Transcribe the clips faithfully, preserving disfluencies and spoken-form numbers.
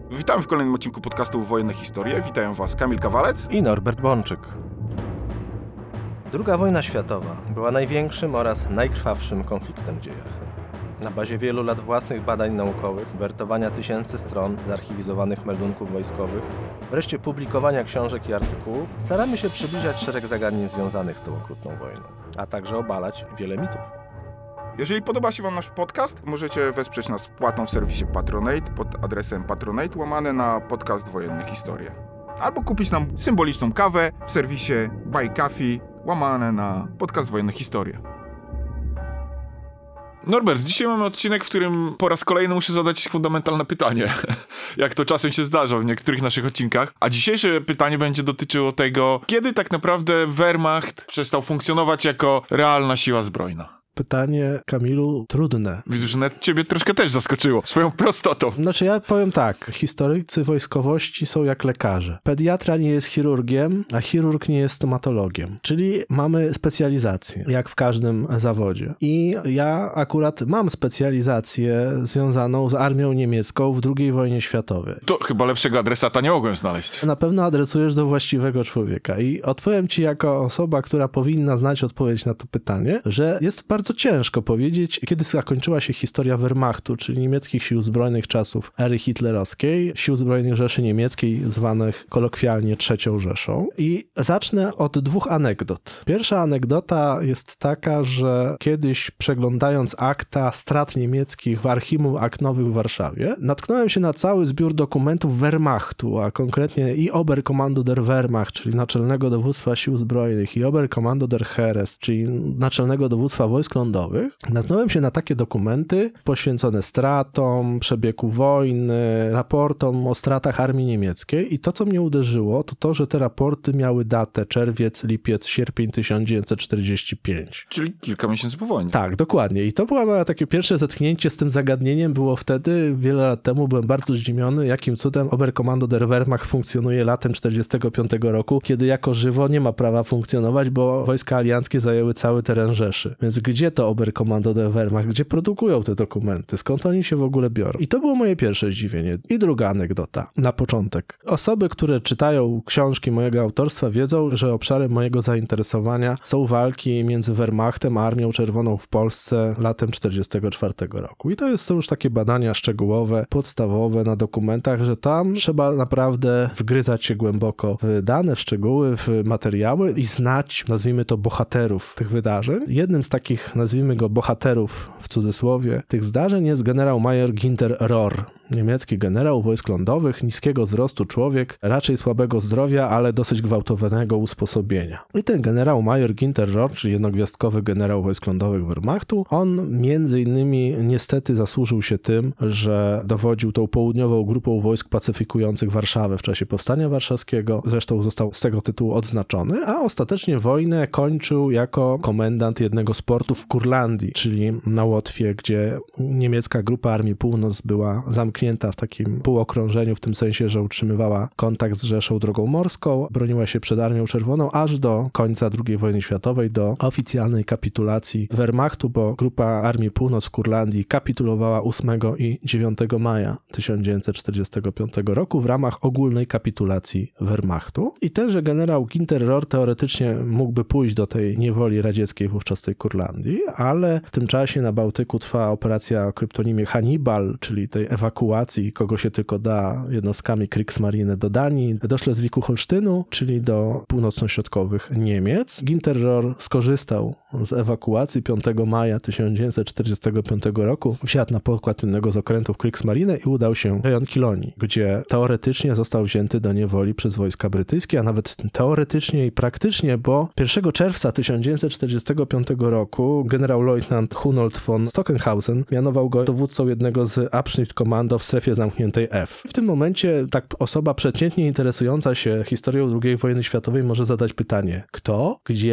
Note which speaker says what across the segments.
Speaker 1: Witam w kolejnym odcinku podcastu Wojenne Historie. Witają Was Kamil Kawalec
Speaker 2: i Norbert Bączyk. Druga wojna światowa była największym oraz najkrwawszym konfliktem w dziejach. Na bazie wielu lat własnych badań naukowych, wertowania tysięcy stron zarchiwizowanych meldunków wojskowych, wreszcie publikowania książek i artykułów, staramy się przybliżać szereg zagadnień związanych z tą okrutną wojną, a także obalać wiele mitów.
Speaker 1: Jeżeli podoba się Wam nasz podcast, możecie wesprzeć nas wpłatą w serwisie Patronate pod adresem patronate łamane na podcast Wojenne Historie. Albo kupić nam symboliczną kawę w serwisie Buy Coffee łamane na podcast Wojenne Historie. Norbert, dzisiaj mamy odcinek, w którym po raz kolejny muszę zadać fundamentalne pytanie, jak to czasem się zdarza w niektórych naszych odcinkach. A dzisiejsze pytanie będzie dotyczyło tego, kiedy tak naprawdę Wehrmacht przestał funkcjonować jako realna siła zbrojna.
Speaker 2: Pytanie, Kamilu, trudne.
Speaker 1: Widzę, że nawet ciebie troszkę też zaskoczyło swoją prostotą.
Speaker 2: Znaczy ja powiem tak, historycy wojskowości są jak lekarze. Pediatra nie jest chirurgiem, a chirurg nie jest stomatologiem. Czyli mamy specjalizację, jak w każdym zawodzie. I ja akurat mam specjalizację związaną z armią niemiecką w drugiej wojnie światowej.
Speaker 1: To chyba lepszego adresata nie mogłem znaleźć.
Speaker 2: Na pewno adresujesz do właściwego człowieka. I odpowiem ci jako osoba, która powinna znać odpowiedź na to pytanie, że jest bardzo Bardzo ciężko powiedzieć, kiedy zakończyła się historia Wehrmachtu, czyli niemieckich sił zbrojnych czasów ery hitlerowskiej, sił zbrojnych Rzeszy Niemieckiej, zwanych kolokwialnie trzecią Rzeszą. I zacznę od dwóch anegdot. Pierwsza anegdota jest taka, że kiedyś przeglądając akta strat niemieckich w Archiwum Akt Nowych w Warszawie, natknąłem się na cały zbiór dokumentów Wehrmachtu, a konkretnie i Oberkommando der Wehrmacht, czyli Naczelnego Dowództwa Sił Zbrojnych, i Oberkommando der Heeres, czyli Naczelnego Dowództwa Wojsk Lądowych. Natknąłem się na takie dokumenty poświęcone stratom, przebiegu wojny, raportom o stratach armii niemieckiej i to, co mnie uderzyło, to to, że te raporty miały datę czerwiec, lipiec, sierpień tysiąc dziewięćset czterdziesty piąty.
Speaker 1: Czyli kilka miesięcy po wojnie.
Speaker 2: Tak, dokładnie. I to było moje takie pierwsze zetknięcie z tym zagadnieniem. Było wtedy, wiele lat temu, byłem bardzo zdziwiony, jakim cudem Oberkommando der Wehrmacht funkcjonuje latem czterdziestego piątego roku, kiedy jako żywo nie ma prawa funkcjonować, bo wojska alianckie zajęły cały teren Rzeszy. Więc gdzie to Oberkommando der Wehrmacht? Gdzie produkują te dokumenty? Skąd oni się w ogóle biorą? I to było moje pierwsze zdziwienie. I druga anegdota. Na początek. Osoby, które czytają książki mojego autorstwa, wiedzą, że obszarem mojego zainteresowania są walki między Wehrmachtem a Armią Czerwoną w Polsce latem czterdziestego czwartego roku. I to jest, są już takie badania szczegółowe, podstawowe na dokumentach, że tam trzeba naprawdę wgryzać się głęboko w dane, w szczegóły, w materiały i znać, nazwijmy to, bohaterów tych wydarzeń. Jednym z takich, nazwijmy go, bohaterów, w cudzysłowie, tych zdarzeń jest generał major Günter Rohr. Niemiecki generał wojsk lądowych, niskiego wzrostu człowiek, raczej słabego zdrowia, ale dosyć gwałtownego usposobienia. I ten generał major Günter Rohr, czyli jednogwiazdkowy generał wojsk lądowych Wehrmachtu, on między innymi niestety zasłużył się tym, że dowodził tą południową grupą wojsk pacyfikujących Warszawę w czasie Powstania Warszawskiego. Zresztą został z tego tytułu odznaczony, a ostatecznie wojnę kończył jako komendant jednego z portów w Kurlandii, czyli na Łotwie, gdzie niemiecka grupa Armii Północ była zamknięta w takim półokrążeniu, w tym sensie, że utrzymywała kontakt z Rzeszą drogą morską, broniła się przed Armią Czerwoną aż do końca drugiej wojny światowej, do oficjalnej kapitulacji Wehrmachtu, bo grupa Armii Północ w Kurlandii kapitulowała ósmego i dziewiątego maja tysiąc dziewięćset czterdziestego piątego roku w ramach ogólnej kapitulacji Wehrmachtu. I tenże generał Günter Rohr teoretycznie mógłby pójść do tej niewoli radzieckiej wówczas tej Kurlandii, ale w tym czasie na Bałtyku trwa operacja o kryptonimie Hannibal, czyli tej ewakuacji, kogo się tylko da, jednostkami Kriegsmarine do Danii, do Szlezwiku-Holsztynu, czyli do północno-środkowych Niemiec. Günter Rohr skorzystał z ewakuacji piątego maja tysiąc dziewięćset czterdziestego piątego roku, wsiadł na pokład jednego z okrętów Kriegsmarine i udał się w rejon Kilonii, gdzie teoretycznie został wzięty do niewoli przez wojska brytyjskie, a nawet teoretycznie i praktycznie, bo pierwszego czerwca tysiąc dziewięćset czterdziestego piątego roku generał leutnant Hunold von Stockenhausen mianował go dowódcą jednego z Abschnittkommando w strefie zamkniętej F. W tym momencie tak osoba przeciętnie interesująca się historią drugiej wojny światowej może zadać pytanie: kto, gdzie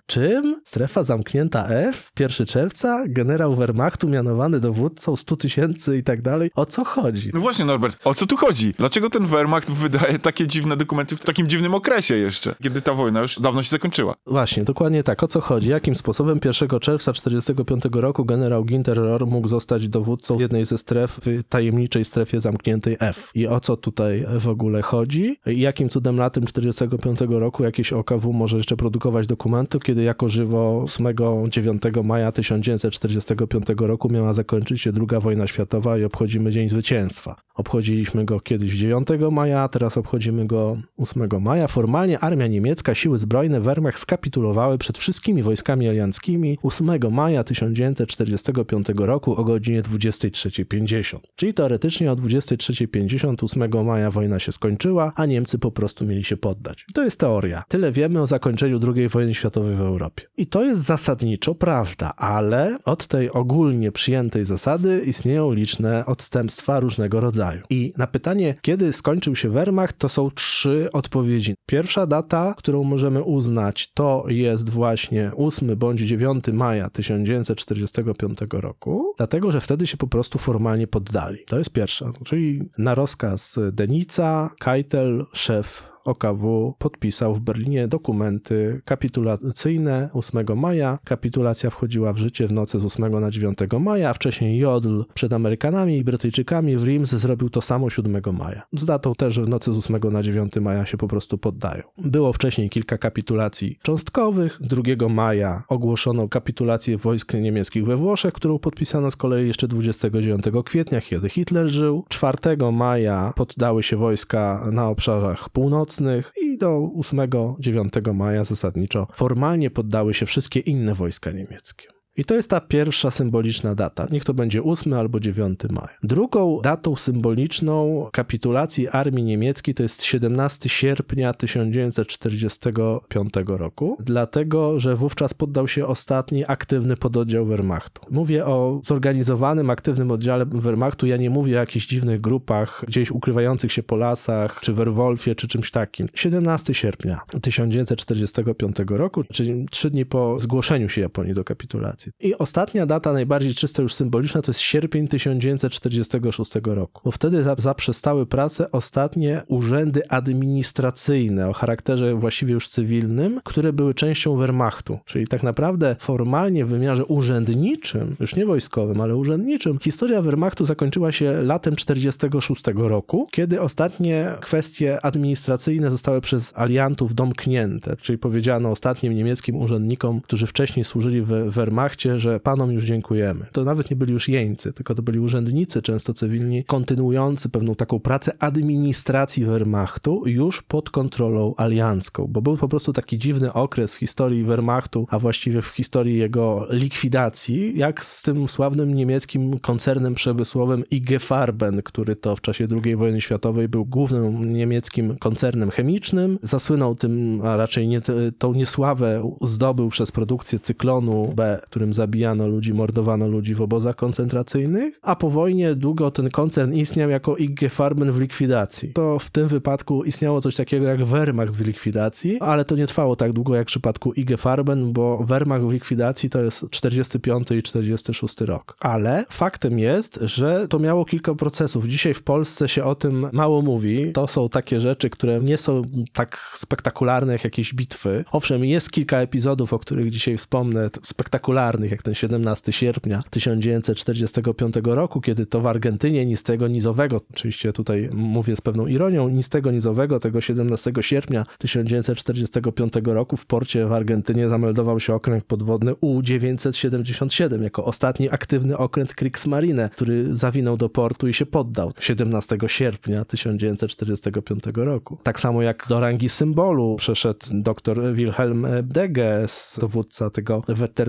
Speaker 2: Czym? Strefa zamknięta F? pierwszego czerwca? Generał Wehrmachtu mianowany dowódcą stu tysięcy i tak dalej. O co chodzi?
Speaker 1: No właśnie, Norbert, o co tu chodzi? Dlaczego ten Wehrmacht wydaje takie dziwne dokumenty w takim dziwnym okresie jeszcze, kiedy ta wojna już dawno się zakończyła?
Speaker 2: Właśnie, dokładnie tak. O co chodzi? Jakim sposobem pierwszego czerwca tysiąc dziewięćset czterdziestego piątego roku generał Günter Rohr mógł zostać dowódcą jednej ze stref w tajemniczej strefie zamkniętej F? I o co tutaj w ogóle chodzi? I jakim cudem latem tysiąc dziewięćset czterdziestego piątego roku jakieś O K W może jeszcze produkować dokumenty, kiedy jako żywo ósmego dziewiątego maja tysiąc dziewięćset czterdziestego piątego roku miała zakończyć się druga wojna światowa i obchodzimy Dzień Zwycięstwa. Obchodziliśmy go kiedyś dziewiątego maja, a teraz obchodzimy go ósmego maja. Formalnie armia niemiecka, siły zbrojne Wehrmacht skapitulowały przed wszystkimi wojskami alianckimi ósmego maja tysiąc dziewięćset czterdziestego piątego roku o godzinie dwudziestej trzeciej pięćdziesiąt. Czyli teoretycznie o dwudziestej trzeciej pięćdziesiąt ósmego maja wojna się skończyła, a Niemcy po prostu mieli się poddać. To jest teoria. Tyle wiemy o zakończeniu drugiej wojny światowej w Europie. I to jest zasadniczo prawda, ale od tej ogólnie przyjętej zasady istnieją liczne odstępstwa różnego rodzaju. I na pytanie, kiedy skończył się Wehrmacht, to są trzy odpowiedzi. Pierwsza data, którą możemy uznać, to jest właśnie ósmego bądź dziewiątego maja tysiąc dziewięćset czterdziestego piątego roku, dlatego, że wtedy się po prostu formalnie poddali. To jest pierwsza, czyli na rozkaz Denica, Keitel, szef O K W, podpisał w Berlinie dokumenty kapitulacyjne ósmego maja. Kapitulacja wchodziła w życie w nocy z ósmego na dziewiątego maja, a wcześniej Jodl przed Amerykanami i Brytyjczykami w Reims zrobił to samo siódmego maja. Z datą też, że w nocy z ósmego na dziewiątego maja się po prostu poddają. Było wcześniej kilka kapitulacji cząstkowych. drugiego maja ogłoszono kapitulację wojsk niemieckich we Włoszech, którą podpisano z kolei jeszcze dwudziestego dziewiątego kwietnia, kiedy Hitler żył. czwartego maja poddały się wojska na obszarach północnych i do ósmego dziewiątego maja zasadniczo formalnie poddały się wszystkie inne wojska niemieckie. I to jest ta pierwsza symboliczna data. Niech to będzie ósmego albo dziewiątego maja. Drugą datą symboliczną kapitulacji armii niemieckiej to jest siedemnastego sierpnia tysiąc dziewięćset czterdziestego piątego roku, dlatego, że wówczas poddał się ostatni aktywny pododdział Wehrmachtu. Mówię o zorganizowanym, aktywnym oddziale Wehrmachtu. Ja nie mówię o jakichś dziwnych grupach gdzieś ukrywających się po lasach, czy Werwolfie, czy czymś takim. siedemnastego sierpnia tysiąc dziewięćset czterdziestego piątego roku, czyli trzy dni po zgłoszeniu się Japonii do kapitulacji. I ostatnia data, najbardziej czysto już symboliczna, to jest sierpień tysiąc dziewięćset czterdziestego szóstego roku, bo wtedy zaprzestały pracę ostatnie urzędy administracyjne o charakterze właściwie już cywilnym, które były częścią Wehrmachtu. Czyli tak naprawdę formalnie w wymiarze urzędniczym, już nie wojskowym, ale urzędniczym, historia Wehrmachtu zakończyła się latem czterdziestego szóstego roku, kiedy ostatnie kwestie administracyjne zostały przez aliantów domknięte, czyli powiedziano ostatnim niemieckim urzędnikom, którzy wcześniej służyli w Wehrmachcie, że panom już dziękujemy. To nawet nie byli już jeńcy, tylko to byli urzędnicy, często cywilni, kontynuujący pewną taką pracę administracji Wehrmachtu już pod kontrolą aliancką, bo był po prostu taki dziwny okres w historii Wehrmachtu, a właściwie w historii jego likwidacji, jak z tym sławnym niemieckim koncernem przemysłowym I G Farben, który to w czasie drugiej wojny światowej był głównym niemieckim koncernem chemicznym, zasłynął tym, a raczej nie tą niesławę zdobył przez produkcję cyklonu B, którym zabijano ludzi, mordowano ludzi w obozach koncentracyjnych, a po wojnie długo ten koncern istniał jako I G Farben w likwidacji. To w tym wypadku istniało coś takiego jak Wehrmacht w likwidacji, ale to nie trwało tak długo jak w przypadku I G Farben, bo Wehrmacht w likwidacji to jest czterdziesty piąty i czterdziesty szósty rok. Ale faktem jest, że to miało kilka procesów. Dzisiaj w Polsce się o tym mało mówi. To są takie rzeczy, które nie są tak spektakularne jak jakieś bitwy. Owszem, jest kilka epizodów, o których dzisiaj wspomnę, spektakularnych, jak ten siedemnastego sierpnia tysiąc dziewięćset czterdziestego piątego roku, kiedy to w Argentynie nic tego nizowego, oczywiście tutaj mówię z pewną ironią, nic tego nizowego, tego siedemnastego sierpnia tysiąc dziewięćset czterdziestego piątego roku w porcie w Argentynie zameldował się okręt podwodny U dziewięćset siedemdziesiąt siedem jako ostatni aktywny okręt Kriegsmarine, który zawinął do portu i się poddał siedemnastego sierpnia tysiąc dziewięćset czterdziestego piątego roku. Tak samo jak do rangi symbolu przeszedł dr Wilhelm Deges, dowódca tego Wettertrupp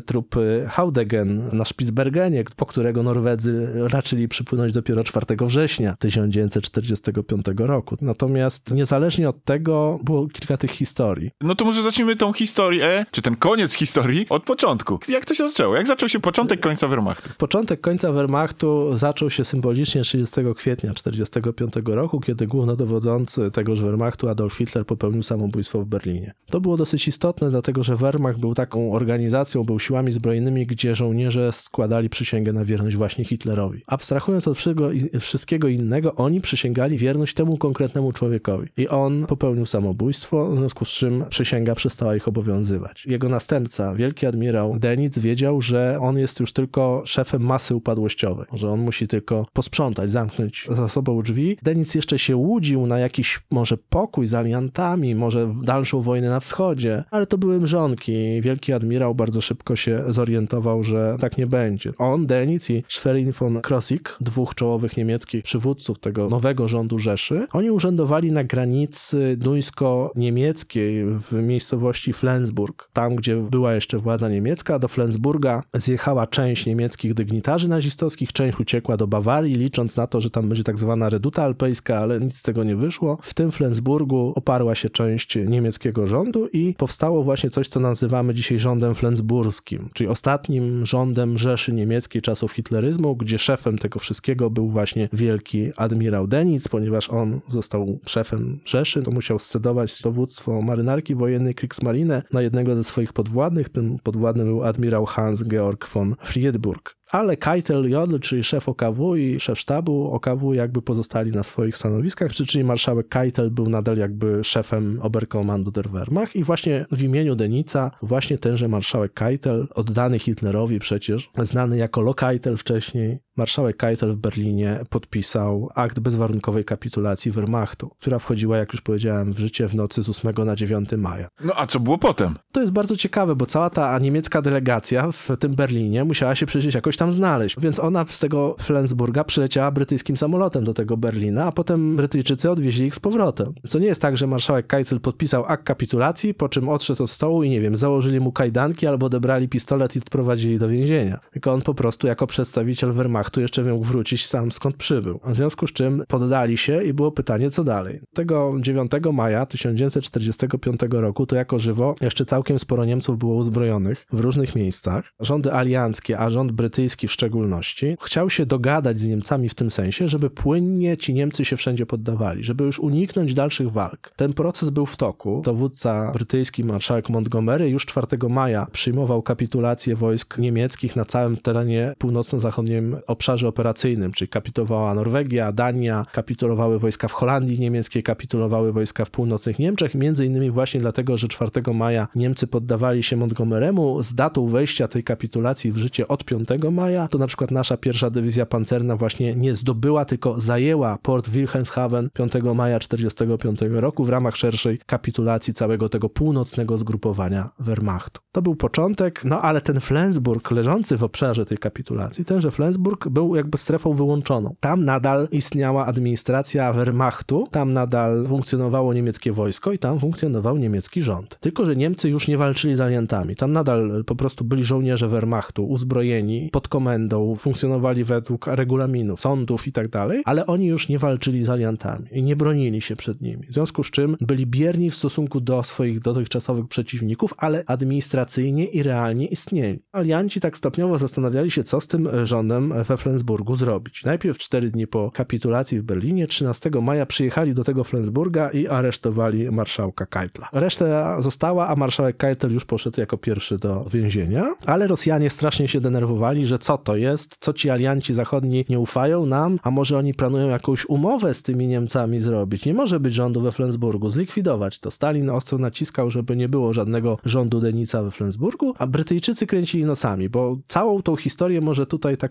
Speaker 2: w Haudegen na Spitsbergenie, po którego Norwedzy raczyli przypłynąć dopiero czwartego września tysiąc dziewięćset czterdziestego piątego roku. Natomiast niezależnie od tego było kilka tych historii.
Speaker 1: No to może zacznijmy tą historię, czy ten koniec historii od początku. Jak to się zaczęło? Jak zaczął się początek końca Wehrmachtu?
Speaker 2: Początek końca Wehrmachtu zaczął się symbolicznie trzydziestego kwietnia czterdziestego piątego roku, kiedy głównodowodzący tegoż Wehrmachtu Adolf Hitler popełnił samobójstwo w Berlinie. To było dosyć istotne, dlatego że Wehrmacht był taką organizacją, był siłami zbrojnymi, gdzie żołnierze składali przysięgę na wierność właśnie Hitlerowi. Abstrahując od wszystkiego innego, oni przysięgali wierność temu konkretnemu człowiekowi. I on popełnił samobójstwo, w związku z czym przysięga przestała ich obowiązywać. Jego następca, wielki admirał Dönitz, wiedział, że on jest już tylko szefem masy upadłościowej, że on musi tylko posprzątać, zamknąć za sobą drzwi. Dönitz jeszcze się łudził na jakiś może pokój z aliantami, może dalszą wojnę na wschodzie, ale to były mrzonki. Wielki admirał bardzo szybko się zorientował, że tak nie będzie. On, Dönitz i Schwerin von Krosigk, dwóch czołowych niemieckich przywódców tego nowego rządu Rzeszy, oni urzędowali na granicy duńsko-niemieckiej w miejscowości Flensburg. Tam, gdzie była jeszcze władza niemiecka, do Flensburga zjechała część niemieckich dygnitarzy nazistowskich, część uciekła do Bawarii, licząc na to, że tam będzie tak zwana reduta alpejska, ale nic z tego nie wyszło. W tym Flensburgu oparła się część niemieckiego rządu i powstało właśnie coś, co nazywamy dzisiaj rządem flensburskim, czyli ostatnim rządem Rzeszy Niemieckiej czasów hitleryzmu, gdzie szefem tego wszystkiego był właśnie wielki admirał Dönitz, ponieważ on został szefem Rzeszy, to musiał scedować dowództwo marynarki wojennej Kriegsmarine na jednego ze swoich podwładnych. Tym podwładnym był admirał Hans-Georg von Friedburg. Ale Keitel Jodl, czyli szef O K W i szef sztabu O K W jakby pozostali na swoich stanowiskach, czyli marszałek Keitel był nadal jakby szefem Oberkommando der Wehrmacht i właśnie w imieniu Dönitza właśnie tenże marszałek Keitel, oddany Hitlerowi przecież, znany jako Lokeitel wcześniej, marszałek Keitel w Berlinie podpisał akt bezwarunkowej kapitulacji Wehrmachtu, która wchodziła, jak już powiedziałem, w życie w nocy z ósmego na dziewiąty maja.
Speaker 1: No a co było potem?
Speaker 2: To jest bardzo ciekawe, bo cała ta niemiecka delegacja w tym Berlinie musiała się przecież jakoś tam znaleźć, więc ona z tego Flensburga przyleciała brytyjskim samolotem do tego Berlina, a potem Brytyjczycy odwieźli ich z powrotem. Co nie jest tak, że marszałek Keitel podpisał akt kapitulacji, po czym odszedł od stołu i nie wiem, założyli mu kajdanki albo odebrali pistolet i odprowadzili do więzienia. Tylko on po prostu jako przedstawiciel Wehrmachtu jeszcze mógł wrócić tam, skąd przybył. W związku z czym poddali się i było pytanie, co dalej. Tego dziewiątego maja tysiąc dziewięćset czterdziestego piątego roku to jako żywo jeszcze całkiem sporo Niemców było uzbrojonych w różnych miejscach. Rządy alianckie, a rząd brytyjski w szczególności, chciał się dogadać z Niemcami w tym sensie, żeby płynnie ci Niemcy się wszędzie poddawali, żeby już uniknąć dalszych walk. Ten proces był w toku. Dowódca brytyjski, marszałek Montgomery, już czwartego maja przyjmował kapitulację wojsk niemieckich na całym terenie północno-zachodnim obszarze operacyjnym, czyli kapitulowała Norwegia, Dania, kapitulowały wojska w Holandii niemieckiej, kapitulowały wojska w północnych Niemczech, między innymi właśnie dlatego, że czwartego maja Niemcy poddawali się Montgomery'emu. Z datą wejścia tej kapitulacji w życie od piątego maja, to na przykład nasza pierwsza dywizja pancerna właśnie nie zdobyła, tylko zajęła port Wilhelmshaven piątego maja czterdziestego piątego roku w ramach szerszej kapitulacji całego tego północnego zgrupowania Wehrmachtu. To był początek, no ale ten Flensburg leżący w obszarze tej kapitulacji, tenże Flensburg był jakby strefą wyłączoną. Tam nadal istniała administracja Wehrmachtu, tam nadal funkcjonowało niemieckie wojsko i tam funkcjonował niemiecki rząd. Tylko że Niemcy już nie walczyli z aliantami. Tam nadal po prostu byli żołnierze Wehrmachtu, uzbrojeni, pod komendą, funkcjonowali według regulaminu, sądów i tak dalej, ale oni już nie walczyli z aliantami i nie bronili się przed nimi. W związku z czym byli bierni w stosunku do swoich dotychczasowych przeciwników, ale administracyjnie i realnie istnieli. Alianci tak stopniowo zastanawiali się, co z tym rządem we Flensburgu zrobić. Najpierw cztery dni po kapitulacji w Berlinie, trzynastego maja przyjechali do tego Flensburga i aresztowali marszałka Keitla. Reszta została, a marszałek Keitel już poszedł jako pierwszy do więzienia, ale Rosjanie strasznie się denerwowali, że co to jest, co ci alianci zachodni nie ufają nam, a może oni planują jakąś umowę z tymi Niemcami zrobić. Nie może być rządu we Flensburgu, zlikwidować to. Stalin ostro naciskał, żeby nie było żadnego rządu Dönitza we Flensburgu, a Brytyjczycy kręcili nosami, bo całą tą historię może tutaj tak tytułem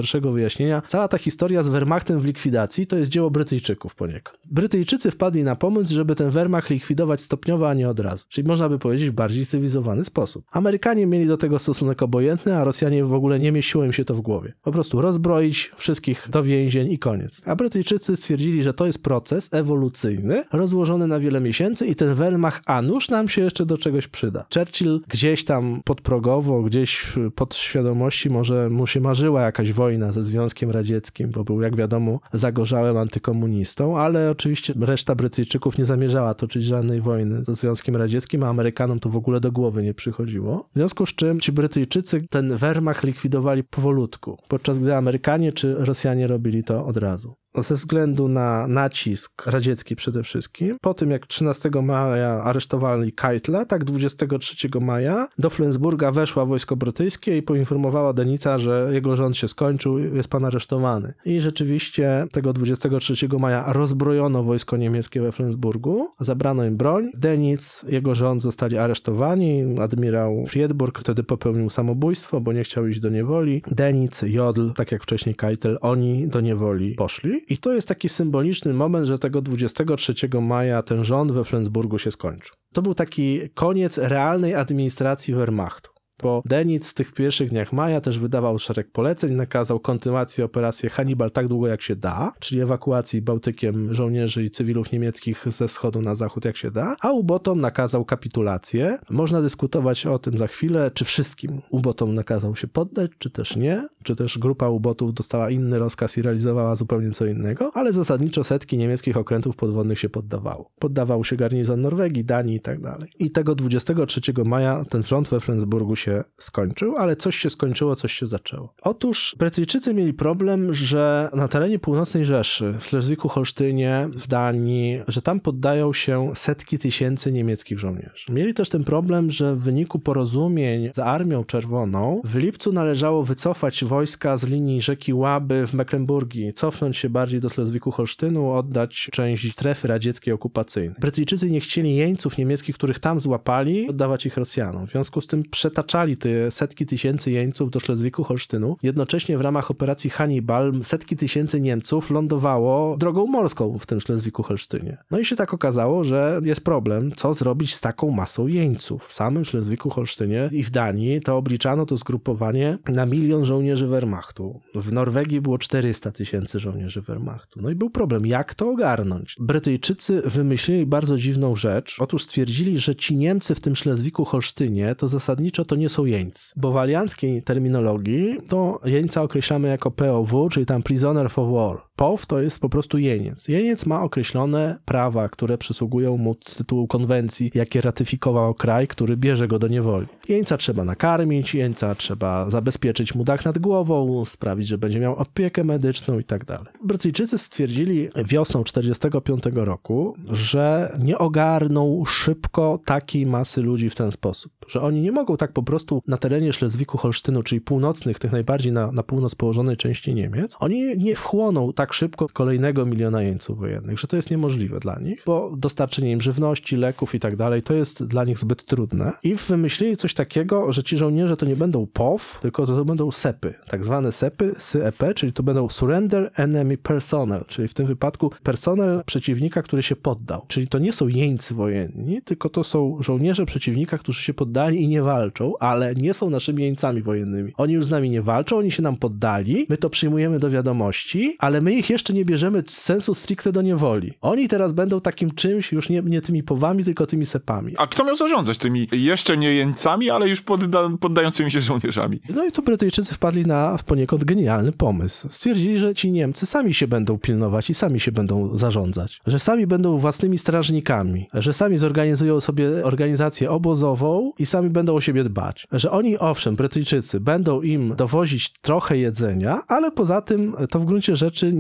Speaker 2: szerszego wyjaśnienia, cała ta historia z Wehrmachtem w likwidacji to jest dzieło Brytyjczyków poniekąd. Brytyjczycy wpadli na pomysł, żeby ten Wehrmacht likwidować stopniowo, a nie od razu. Czyli można by powiedzieć w bardziej cywilizowany sposób. Amerykanie mieli do tego stosunek obojętny, a Rosjanie w ogóle nie mieściło im się to w głowie. Po prostu rozbroić wszystkich do więzień i koniec. A Brytyjczycy stwierdzili, że to jest proces ewolucyjny, rozłożony na wiele miesięcy i ten Wehrmacht, a nuż nam się jeszcze do czegoś przyda. Churchill gdzieś tam podprogowo, gdzieś w podświadomości może mu się marzyła jakaś wojna ze Związkiem Radzieckim, bo był, jak wiadomo, zagorzałym antykomunistą, ale oczywiście reszta Brytyjczyków nie zamierzała toczyć żadnej wojny ze Związkiem Radzieckim, a Amerykanom to w ogóle do głowy nie przychodziło. W związku z czym ci Brytyjczycy ten Wehrmacht likwidowali powolutku, podczas gdy Amerykanie czy Rosjanie robili to od razu. Ze względu na nacisk radziecki przede wszystkim. Po tym, jak trzynastego maja aresztowali Keitla, tak dwudziestego trzeciego maja do Flensburga weszła wojsko brytyjskie i poinformowała Denica, że jego rząd się skończył, jest pan aresztowany. I rzeczywiście tego dwudziestego trzeciego maja rozbrojono wojsko niemieckie we Flensburgu, zabrano im broń. Denic, jego rząd zostali aresztowani, admirał Friedburg wtedy popełnił samobójstwo, bo nie chciał iść do niewoli. Denic, Jodl, tak jak wcześniej Keitel, oni do niewoli poszli. I to jest taki symboliczny moment, że tego dwudziestego trzeciego maja ten rząd we Flensburgu się skończył. To był taki koniec realnej administracji Wehrmachtu. Bo Denic w tych pierwszych dniach maja też wydawał szereg poleceń, nakazał kontynuację operacji Hannibal tak długo jak się da, czyli ewakuacji Bałtykiem żołnierzy i cywilów niemieckich ze wschodu na zachód jak się da, a ubotom nakazał kapitulację. Można dyskutować o tym za chwilę, czy wszystkim ubotom nakazał się poddać, czy też nie, czy też grupa ubotów dostała inny rozkaz i realizowała zupełnie co innego, ale zasadniczo setki niemieckich okrętów podwodnych się poddawało. Poddawał się garnizon Norwegii, Danii i tak dalej. I tego dwudziestego trzeciego maja ten front we Flensburgu się skończył, ale coś się skończyło, coś się zaczęło. Otóż Brytyjczycy mieli problem, że na terenie północnej Rzeszy, w Szlezwiku-Holsztynie, w Danii, że tam poddają się setki tysięcy niemieckich żołnierzy. Mieli też ten problem, że w wyniku porozumień z Armią Czerwoną w lipcu należało wycofać wojska z linii rzeki Łaby w Mecklenburgii, cofnąć się bardziej do Szlezwiku-Holsztynu, oddać część strefy radzieckiej okupacyjnej. Brytyjczycy nie chcieli jeńców niemieckich, których tam złapali, oddawać ich Rosjanom. W związku z tym przetaczali te setki tysięcy jeńców do Szlezwiku-Holsztynu. Jednocześnie w ramach operacji Hannibal setki tysięcy Niemców lądowało drogą morską w tym Szlezwiku-Holsztynie. No i się tak okazało, że jest problem, co zrobić z taką masą jeńców. W samym Szlezwiku-Holsztynie i w Danii to obliczano to zgrupowanie na milion żołnierzy Wehrmachtu. W Norwegii było czterysta tysięcy żołnierzy Wehrmachtu. No i był problem, jak to ogarnąć? Brytyjczycy wymyślili bardzo dziwną rzecz. Otóż stwierdzili, że ci Niemcy w tym Szlezwiku-Holsztynie to zasadniczo to nie są jeńcy. Bo w alianckiej terminologii to jeńca określamy jako P O W, czyli tam prisoner of war. P O W to jest po prostu jeniec. Jeniec ma określone prawa, które przysługują mu z tytułu konwencji, jakie ratyfikował kraj, który bierze go do niewoli. Jeńca trzeba nakarmić, jeńca trzeba zabezpieczyć mu dach nad głową, sprawić, że będzie miał opiekę medyczną i tak dalej. Brytyjczycy stwierdzili wiosną czterdziestego piątego roku, że nie ogarną szybko takiej masy ludzi w ten sposób, że oni nie mogą tak po prostu na terenie Szlezwiku-Holsztynu, czyli północnych, tych najbardziej na, na północ położonej części Niemiec, oni nie wchłoną tak szybko kolejnego miliona jeńców wojennych, że to jest niemożliwe dla nich, bo dostarczenie im żywności, leków i tak dalej, to jest dla nich zbyt trudne. I wymyślili coś takiego, że ci żołnierze to nie będą P O W, tylko to będą sepy, tak zwane sepy, S Y E P, czyli to będą Surrender Enemy Personnel, czyli w tym wypadku personel przeciwnika, który się poddał. Czyli to nie są jeńcy wojenni, tylko to są żołnierze przeciwnika, którzy się poddali i nie walczą, ale nie są naszymi jeńcami wojennymi. Oni już z nami nie walczą, oni się nam poddali, my to przyjmujemy do wiadomości, ale my ich jeszcze nie bierzemy z sensu stricte do niewoli. Oni teraz będą takim czymś, już nie, nie tymi powami, tylko tymi sepami.
Speaker 1: A kto miał zarządzać tymi jeszcze nie jeńcami, ale już podda poddającymi się żołnierzami?
Speaker 2: No i tu Brytyjczycy wpadli na poniekąd genialny pomysł. Stwierdzili, że ci Niemcy sami się będą pilnować i sami się będą zarządzać. Że sami będą własnymi strażnikami. Że sami zorganizują sobie organizację obozową i sami będą o siebie dbać. Że oni, owszem, Brytyjczycy, będą im dowozić trochę jedzenia, ale poza tym to w gruncie rzeczy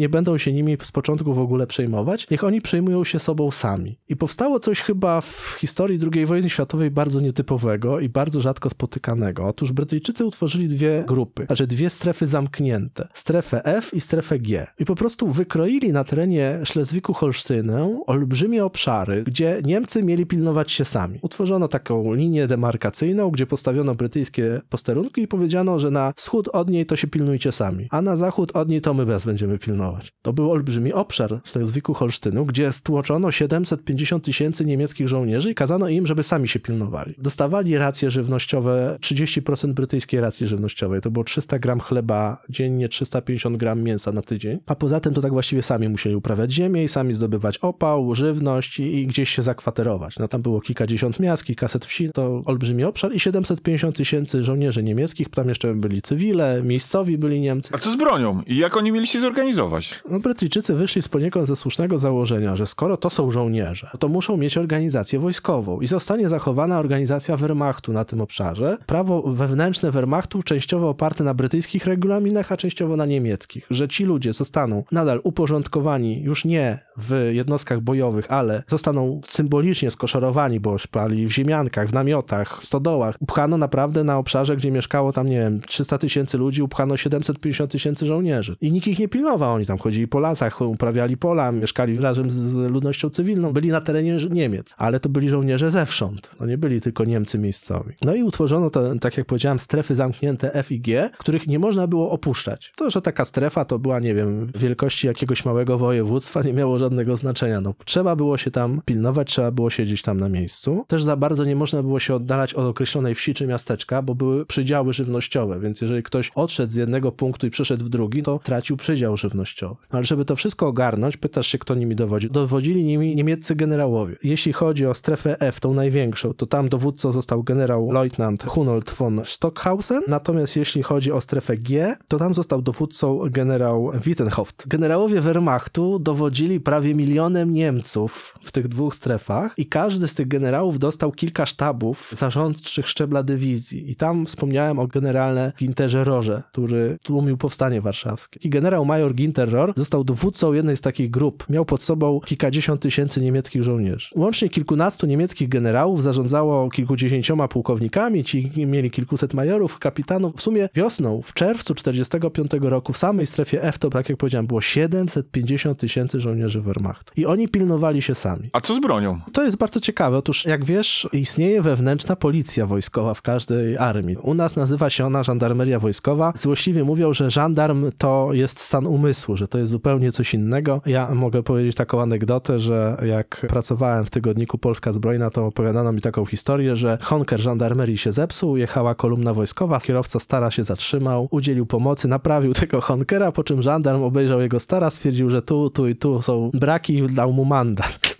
Speaker 2: nie będą się nimi z początku w ogóle przejmować, niech oni przejmują się sobą sami. I powstało coś chyba w historii drugiej wojny światowej bardzo nietypowego i bardzo rzadko spotykanego. Otóż Brytyjczycy utworzyli dwie grupy, znaczy dwie strefy zamknięte. Strefę F i strefę G. I po prostu wykroili na terenie Szlezwiku-Holsztynu olbrzymie obszary, gdzie Niemcy mieli pilnować się sami. Utworzono taką linię demarkacyjną, gdzie postawiono brytyjskie posterunki i powiedziano, że na wschód od niej to się pilnujcie sami, a na zachód od niej to my was będziemy pilnować. To był olbrzymi obszar Szlezwiku-Holsztynu, gdzie stłoczono siedemset pięćdziesiąt tysięcy niemieckich żołnierzy i kazano im, żeby sami się pilnowali. Dostawali racje żywnościowe, trzydzieści procent brytyjskiej racji żywnościowej. To było trzysta gram chleba dziennie, trzysta pięćdziesiąt gram mięsa na tydzień. A poza tym to tak właściwie sami musieli uprawiać ziemię i sami zdobywać opał, żywność i, i gdzieś się zakwaterować. No tam było kilkadziesiąt miast, kilkaset wsi, to olbrzymi obszar i siedemset pięćdziesiąt tysięcy żołnierzy niemieckich, tam jeszcze byli cywile, miejscowi byli Niemcy.
Speaker 1: A co z bronią? I jak oni mieli się zorganizować?
Speaker 2: No Brytyjczycy wyszli z poniekąd ze słusznego założenia, że skoro to są żołnierze, to muszą mieć organizację wojskową i zostanie zachowana organizacja Wehrmachtu na tym obszarze. Prawo wewnętrzne Wehrmachtu częściowo oparte na brytyjskich regulaminach, a częściowo na niemieckich, że ci ludzie zostaną nadal uporządkowani już nie w jednostkach bojowych, ale zostaną symbolicznie skoszorowani, bo spali w ziemiankach, w namiotach, w stodołach. Upchano naprawdę na obszarze, gdzie mieszkało tam, nie wiem, trzysta tysięcy ludzi, upchano siedemset pięćdziesiąt tysięcy żołnierzy. I nikt ich nie pilnował. Oni tam chodzili po lasach, uprawiali pola, mieszkali razem z ludnością cywilną, byli na terenie Niemiec, ale to byli żołnierze zewsząd. To nie byli tylko Niemcy miejscowi. No i utworzono to, tak jak powiedziałem, strefy zamknięte F i G, których nie można było opuszczać. To, że taka strefa to była, nie wiem, wielkości jakiegoś małego województwa, nie miało żadnego znaczenia. No, trzeba było się tam pilnować, trzeba było siedzieć tam na miejscu. Też za bardzo nie można było się oddalać od określonej wsi czy miasteczka, bo były przydziały żywnościowe, więc jeżeli ktoś odszedł z jednego punktu i przeszedł w drugi, to tracił przydział żywnościowy. Ale żeby to wszystko ogarnąć, pytasz się, kto nimi dowodzi. Dowodzili nimi niemieccy generałowie. Jeśli chodzi o strefę F, tą największą, to tam dowódcą został generał leutnant Hunold von Stockhausen, natomiast jeśli chodzi o strefę G, to tam został dowódcą generał Wittenhaupt. Generałowie Wehrmachtu dowodzili prawie milionem Niemców w tych dwóch strefach i każdy z tych generałów dostał kilka sztabów zarządczych szczebla dywizji. I tam wspomniałem o generale Ginterze Rohrze, który tłumił powstanie warszawskie. I generał major Ginter Rohr został dowódcą jednej z takich grup. Miał pod sobą kilkadziesiąt tysięcy niemieckich żołnierzy. Łącznie kilkunastu niemieckich generałów zarządzało kilkudziesięcioma pułkownikami, ci mieli kilkuset majorów, kapitanów. W sumie wiosną, w czerwcu czterdziestego piątego roku w samej strefie F to, tak jak powiedziałem, było siedemset pięćdziesiąt tysięcy żołnierzy Wehrmachtu. I oni pilnowali się sami.
Speaker 1: A co z bronią?
Speaker 2: To jest bardzo ciekawe. Otóż, jak wiesz, istnieje wewnętrzna policja wojskowa w każdej armii. U nas nazywa się ona żandarmeria wojskowa. Złośliwie mówią, że żandarm to jest stan umysłu, że to jest zupełnie coś innego. Ja mogę powiedzieć taką anegdotę, że jak pracowałem w tygodniku Polska Zbrojna, to opowiadano mi taką historię, że honker żandarmerii się zepsuł, jechała kolumna wojskowa, kierowca stara się zatrzymał, udzielił pomocy, naprawił tego honkera, po czym żandarm obejrzał jego stara, stwierdził, że tu, tu i tu są braki i dał mu mandat.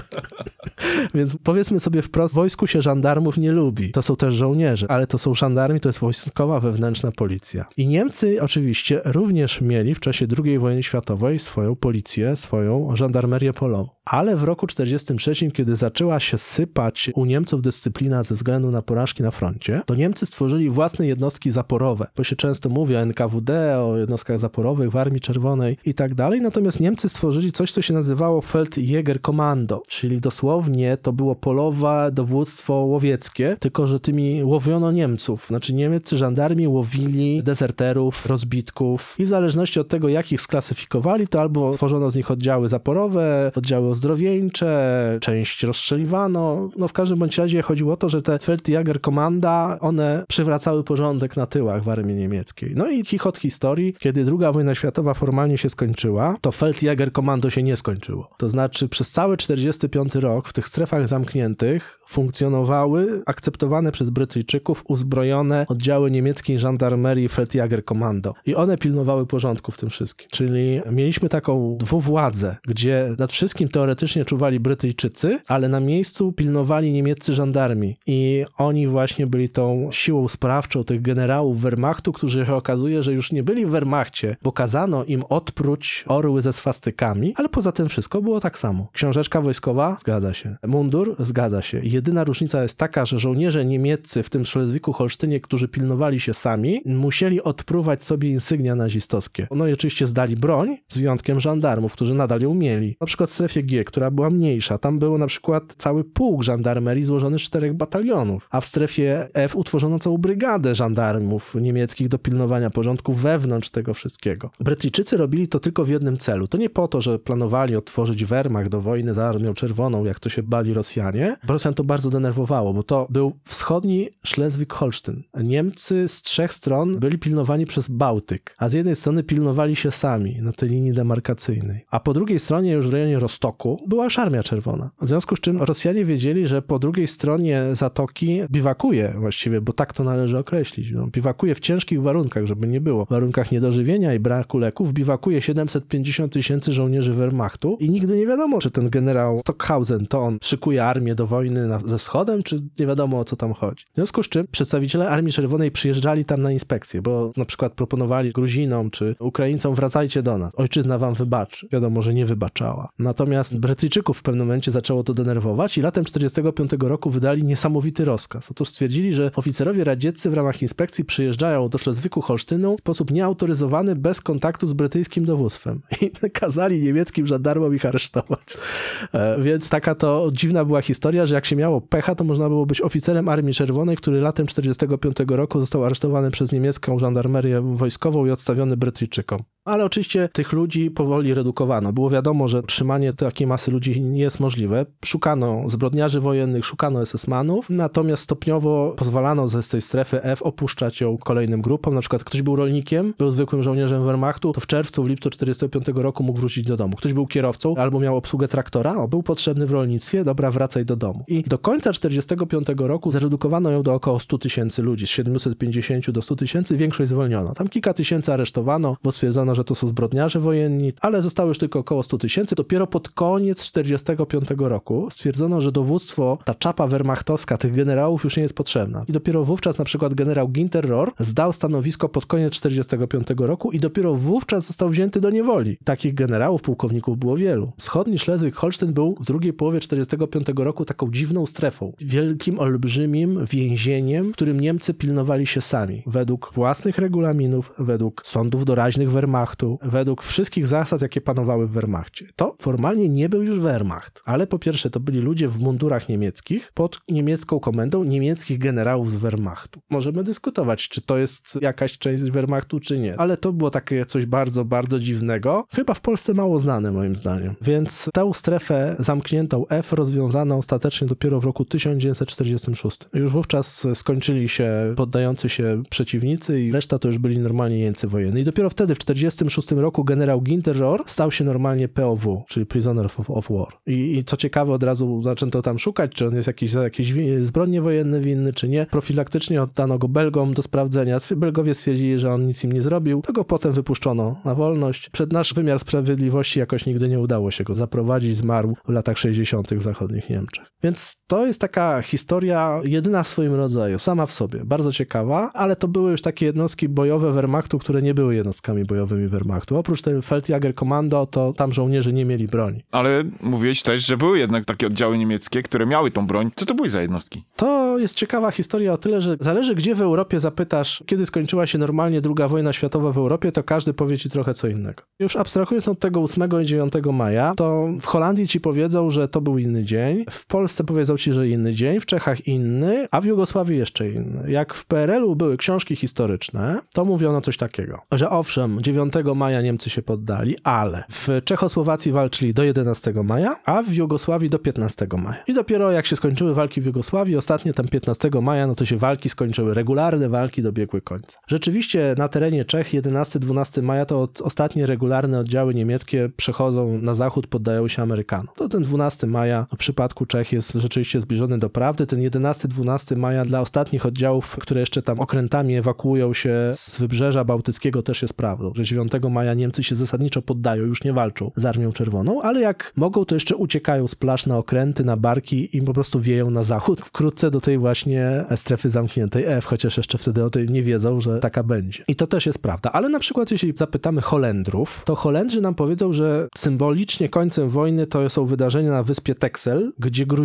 Speaker 2: Więc powiedzmy sobie wprost, w wojsku się żandarmów nie lubi. To są też żołnierze, ale to są żandarmi, to jest wojskowa wewnętrzna policja. I Niemcy oczywiście również mieli w czasie drugiej wojny światowej swoją policję, swoją żandarmerię polową. Ale w roku czterdziestym trzecim, kiedy zaczęła się sypać u Niemców dyscyplina ze względu na porażki na froncie, to Niemcy stworzyli własne jednostki zaporowe, bo się często mówi o N K W D, o jednostkach zaporowych w Armii Czerwonej i tak dalej. Natomiast Niemcy stworzyli coś, co się nazywało Feldjägerkommando, czyli dosłownie to było polowe dowództwo łowieckie, tylko że tymi łowiono Niemców. Znaczy niemieccy żandarmi łowili dezerterów, rozbitków i w zależności od tego, jak ich sklasyfikowali, to albo tworzono z nich oddziały zaporowe, oddziały ozdrowieńcze, część rozstrzeliwano. No w każdym bądź razie chodziło o to, że te Feldjägerkommanda, one przywracały porządek na tyłach w armii niemieckiej. No i chichot historii, kiedy druga wojna światowa formalnie się skończyła, to Feldjägerkommando się nie skończyło. To znaczy przez cały czterdziesty piąty rok w tych strefach zamkniętych funkcjonowały akceptowane przez Brytyjczyków uzbrojone oddziały niemieckiej żandarmerii Feldjägerkommando. I one pilnowały porządku w tym wszystkim. Czyli mieliśmy taką dwuwładzę, gdzie nad wszystkim teoretycznie czuwali Brytyjczycy, ale na miejscu pilnowali niemieccy żandarmi. I oni właśnie byli tą siłą sprawczą tych generałów Wehrmachtu, którzy się okazuje, że już nie byli w Wehrmachcie, bo kazano im odpróć orły ze swastykami, ale poza tym wszystko było tak samo. Książeczka wojskowa? Zgadza się. Mundur? Zgadza się. Jedyna różnica jest taka, że żołnierze niemieccy w tym Szlezwiku-Holsztynie, którzy pilnowali się sami, musieli odpruwać sobie insygnia nazistowskie. No i oczywiście zdali broń, z wyjątkiem żandarmów, którzy nadal ją mieli. Na przykład w strefie G, która była mniejsza, tam było na przykład cały pułk żandarmerii złożony z czterech batalionów, a w strefie F utworzono całą brygadę żandarmów niemieckich do pilnowania porządku wewnątrz tego wszystkiego. Brytyjczycy robili to tylko w jednym celu. To nie po to, że planowali otworzyć Wehrmacht do wojny z Armią Czerwoną, jak to się bali Rosjanie. Rosjan to bardzo denerwowało, bo to był wschodni Szlezwik-Holsztyn. Niemcy z trzech stron byli pilnowani przez Bałtyk, a z jednej strony pilnowali się sami na tej linii demarkacyjnej, a po drugiej stronie już w rejonie Rostoku była już Armia Czerwona. W związku z czym Rosjanie wiedzieli, że po drugiej stronie zatoki biwakuje właściwie, bo tak to należy określić. No, biwakuje w ciężkich warunkach, żeby nie było. W warunkach niedożywienia i braku leków biwakuje siedemset pięćdziesiąt tysięcy żołnierzy Wehrmachtu i nigdy nie wiadomo, czy ten generał Stockhausen to on szykuje armię do wojny na, ze wschodem, czy nie wiadomo, o co tam chodzi. W związku z czym przedstawiciele Armii Czerwonej przyjeżdżali tam na inspekcję, bo na przykład proponowali Gruzinom czy Ukraińcom: wracajcie do nas, ojczyzna wam wybaczy. Wiadomo, że nie wybaczała. Natomiast Brytyjczyków w pewnym momencie zaczęło to denerwować i latem czterdziestego piątego roku wydali niesamowity rozkaz. Otóż stwierdzili, że oficerowie radzieccy w ramach inspekcji przyjeżdżają do Szlezwiku-Holsztynu w sposób nieautoryzowany, bez kontaktu z brytyjskim dowództwem. I kazali niemieckim żandarmom ich aresztować. E, więc taka to dziwna była historia, że jak się miało pecha, to można było być oficerem Armii Czerwonej, który latem czterdziestego piątego roku został aresztowany przez niemiecką żandarmerię wojskową i odstawiony Brytyjczykom. Ale oczywiście tych ludzi powoli redukowano. Było wiadomo, że trzymanie takiej masy ludzi nie jest możliwe. Szukano zbrodniarzy wojennych, szukano es es manów, natomiast stopniowo pozwalano ze z tej strefy F opuszczać ją kolejnym grupom. Na przykład ktoś był rolnikiem, był zwykłym żołnierzem Wehrmachtu, to w czerwcu, w lipcu czterdziestego piątego roku mógł wrócić do domu. Ktoś był kierowcą albo miał obsługę traktora, o, był potrzebny w rolnictwie, dobra, wracaj do domu. I do końca czterdziestego piątego roku zredukowano ją do około stu tysięcy ludzi, z siedmiuset pięćdziesięciu do stu tysięcy, większość zwolniono. Tam kilka tysięcy aresztowano, bo stwierdzono, że to są zbrodniarze wojenni, ale zostało już tylko około stu tysięcy. Dopiero pod koniec czterdziestego piątego roku stwierdzono, że dowództwo, ta czapa wehrmachtowska tych generałów już nie jest potrzebna. I dopiero wówczas na przykład generał Ginter Rohr zdał stanowisko pod koniec czterdziestego piątego roku i dopiero wówczas został wzięty do niewoli. Takich generałów, pułkowników było wielu. Wschodni Szlezwik-Holsztyn był w drugiej połowie czterdziestego piątego roku taką dziwną strefą. Wielkim, olbrzymim więzieniem, w którym Niemcy pilnowali się sami. Według własnych regulaminów, według sądów doraźnych Wehrmachtu, według wszystkich zasad, jakie panowały w Wehrmachcie. To formalnie nie był już Wehrmacht, ale po pierwsze to byli ludzie w mundurach niemieckich, pod niemiecką komendą niemieckich generałów z Wehrmachtu. Możemy dyskutować, czy to jest jakaś część Wehrmachtu, czy nie, ale to było takie coś bardzo, bardzo dziwnego. Chyba w Polsce mało znane, moim zdaniem. Więc tę strefę zamkniętą F rozwiązano ostatecznie dopiero w roku tysiąc dziewięćset czterdziestym szóstym. Już wówczas skończyli się poddający się przeciwnicy i reszta to już byli normalnie jeńcy wojenni. I dopiero wtedy w czterdziestym szóstym roku generał Ginter Rohr stał się normalnie P O W, czyli Prisoner of, of War. I, I co ciekawe, od razu zaczęto tam szukać, czy on jest jakiś za jakieś zbrodnie wojenne winny, czy nie. Profilaktycznie oddano go Belgom do sprawdzenia. Belgowie stwierdzili, że on nic im nie zrobił. To go potem wypuszczono na wolność. Przed nasz wymiar sprawiedliwości jakoś nigdy nie udało się go zaprowadzić. Zmarł w latach sześćdziesiątych w zachodnich Niemczech. Więc to jest taka historia jedyna w swoim rodzaju, sama w sobie. Bardzo ciekawa, ale to były już takie jednostki bojowe Wehrmachtu, które nie były jednostkami bojowymi Wehrmachtu. Oprócz tej Feldjägerkommando, to tam żołnierze nie mieli broni.
Speaker 1: Ale mówiłeś też, że były jednak takie oddziały niemieckie, które miały tą broń. Co to były za jednostki?
Speaker 2: To jest ciekawa historia o tyle, że zależy, gdzie w Europie zapytasz, kiedy skończyła się normalnie druga wojna światowa w Europie, to każdy powie ci trochę co innego. Już abstrahując od tego ósmego i dziewiątego maja, to w Holandii ci powiedzą, że to był inny dzień, w Polsce powiedzą ci, że inny dzień, w Czechach inny, a w Jugosławii jeszcze inny. Jak w P R L u były książki historyczne, to mówiono coś takiego, że owszem, dziewiątego maja Niemcy się poddali, ale w Czechosłowacji walczyli do jedenastego maja, a w Jugosławii do piętnastego maja. I dopiero jak się skończyły walki w Jugosławii, ostatnie tam piętnastego maja, no to się walki skończyły, regularne walki dobiegły końca. Rzeczywiście na terenie Czech jedenastego dwunastego maja to ostatnie regularne oddziały niemieckie przechodzą na zachód, poddają się Amerykanom. To ten dwunastego maja w przypadku Czech jest rzeczywiście zbliżony do prawdy. Ten jedenastego dwunastego maja dla ostatnich oddziałów, które jeszcze tam okrętami ewakuują się z wybrzeża bałtyckiego, też jest prawdą, że dziewiątego maja Niemcy się zasadniczo poddają, już nie walczą z Armią Czerwoną, ale jak mogą, to jeszcze uciekają z plaż na okręty, na barki i po prostu wieją na zachód, wkrótce do tej właśnie strefy zamkniętej F, chociaż jeszcze wtedy o tym nie wiedzą, że taka będzie. I to też jest prawda. Ale na przykład jeśli zapytamy Holendrów, to Holendrzy nam powiedzą, że symbolicznie końcem wojny to są wydarzenia na wyspie Texel, gdzie Gruzini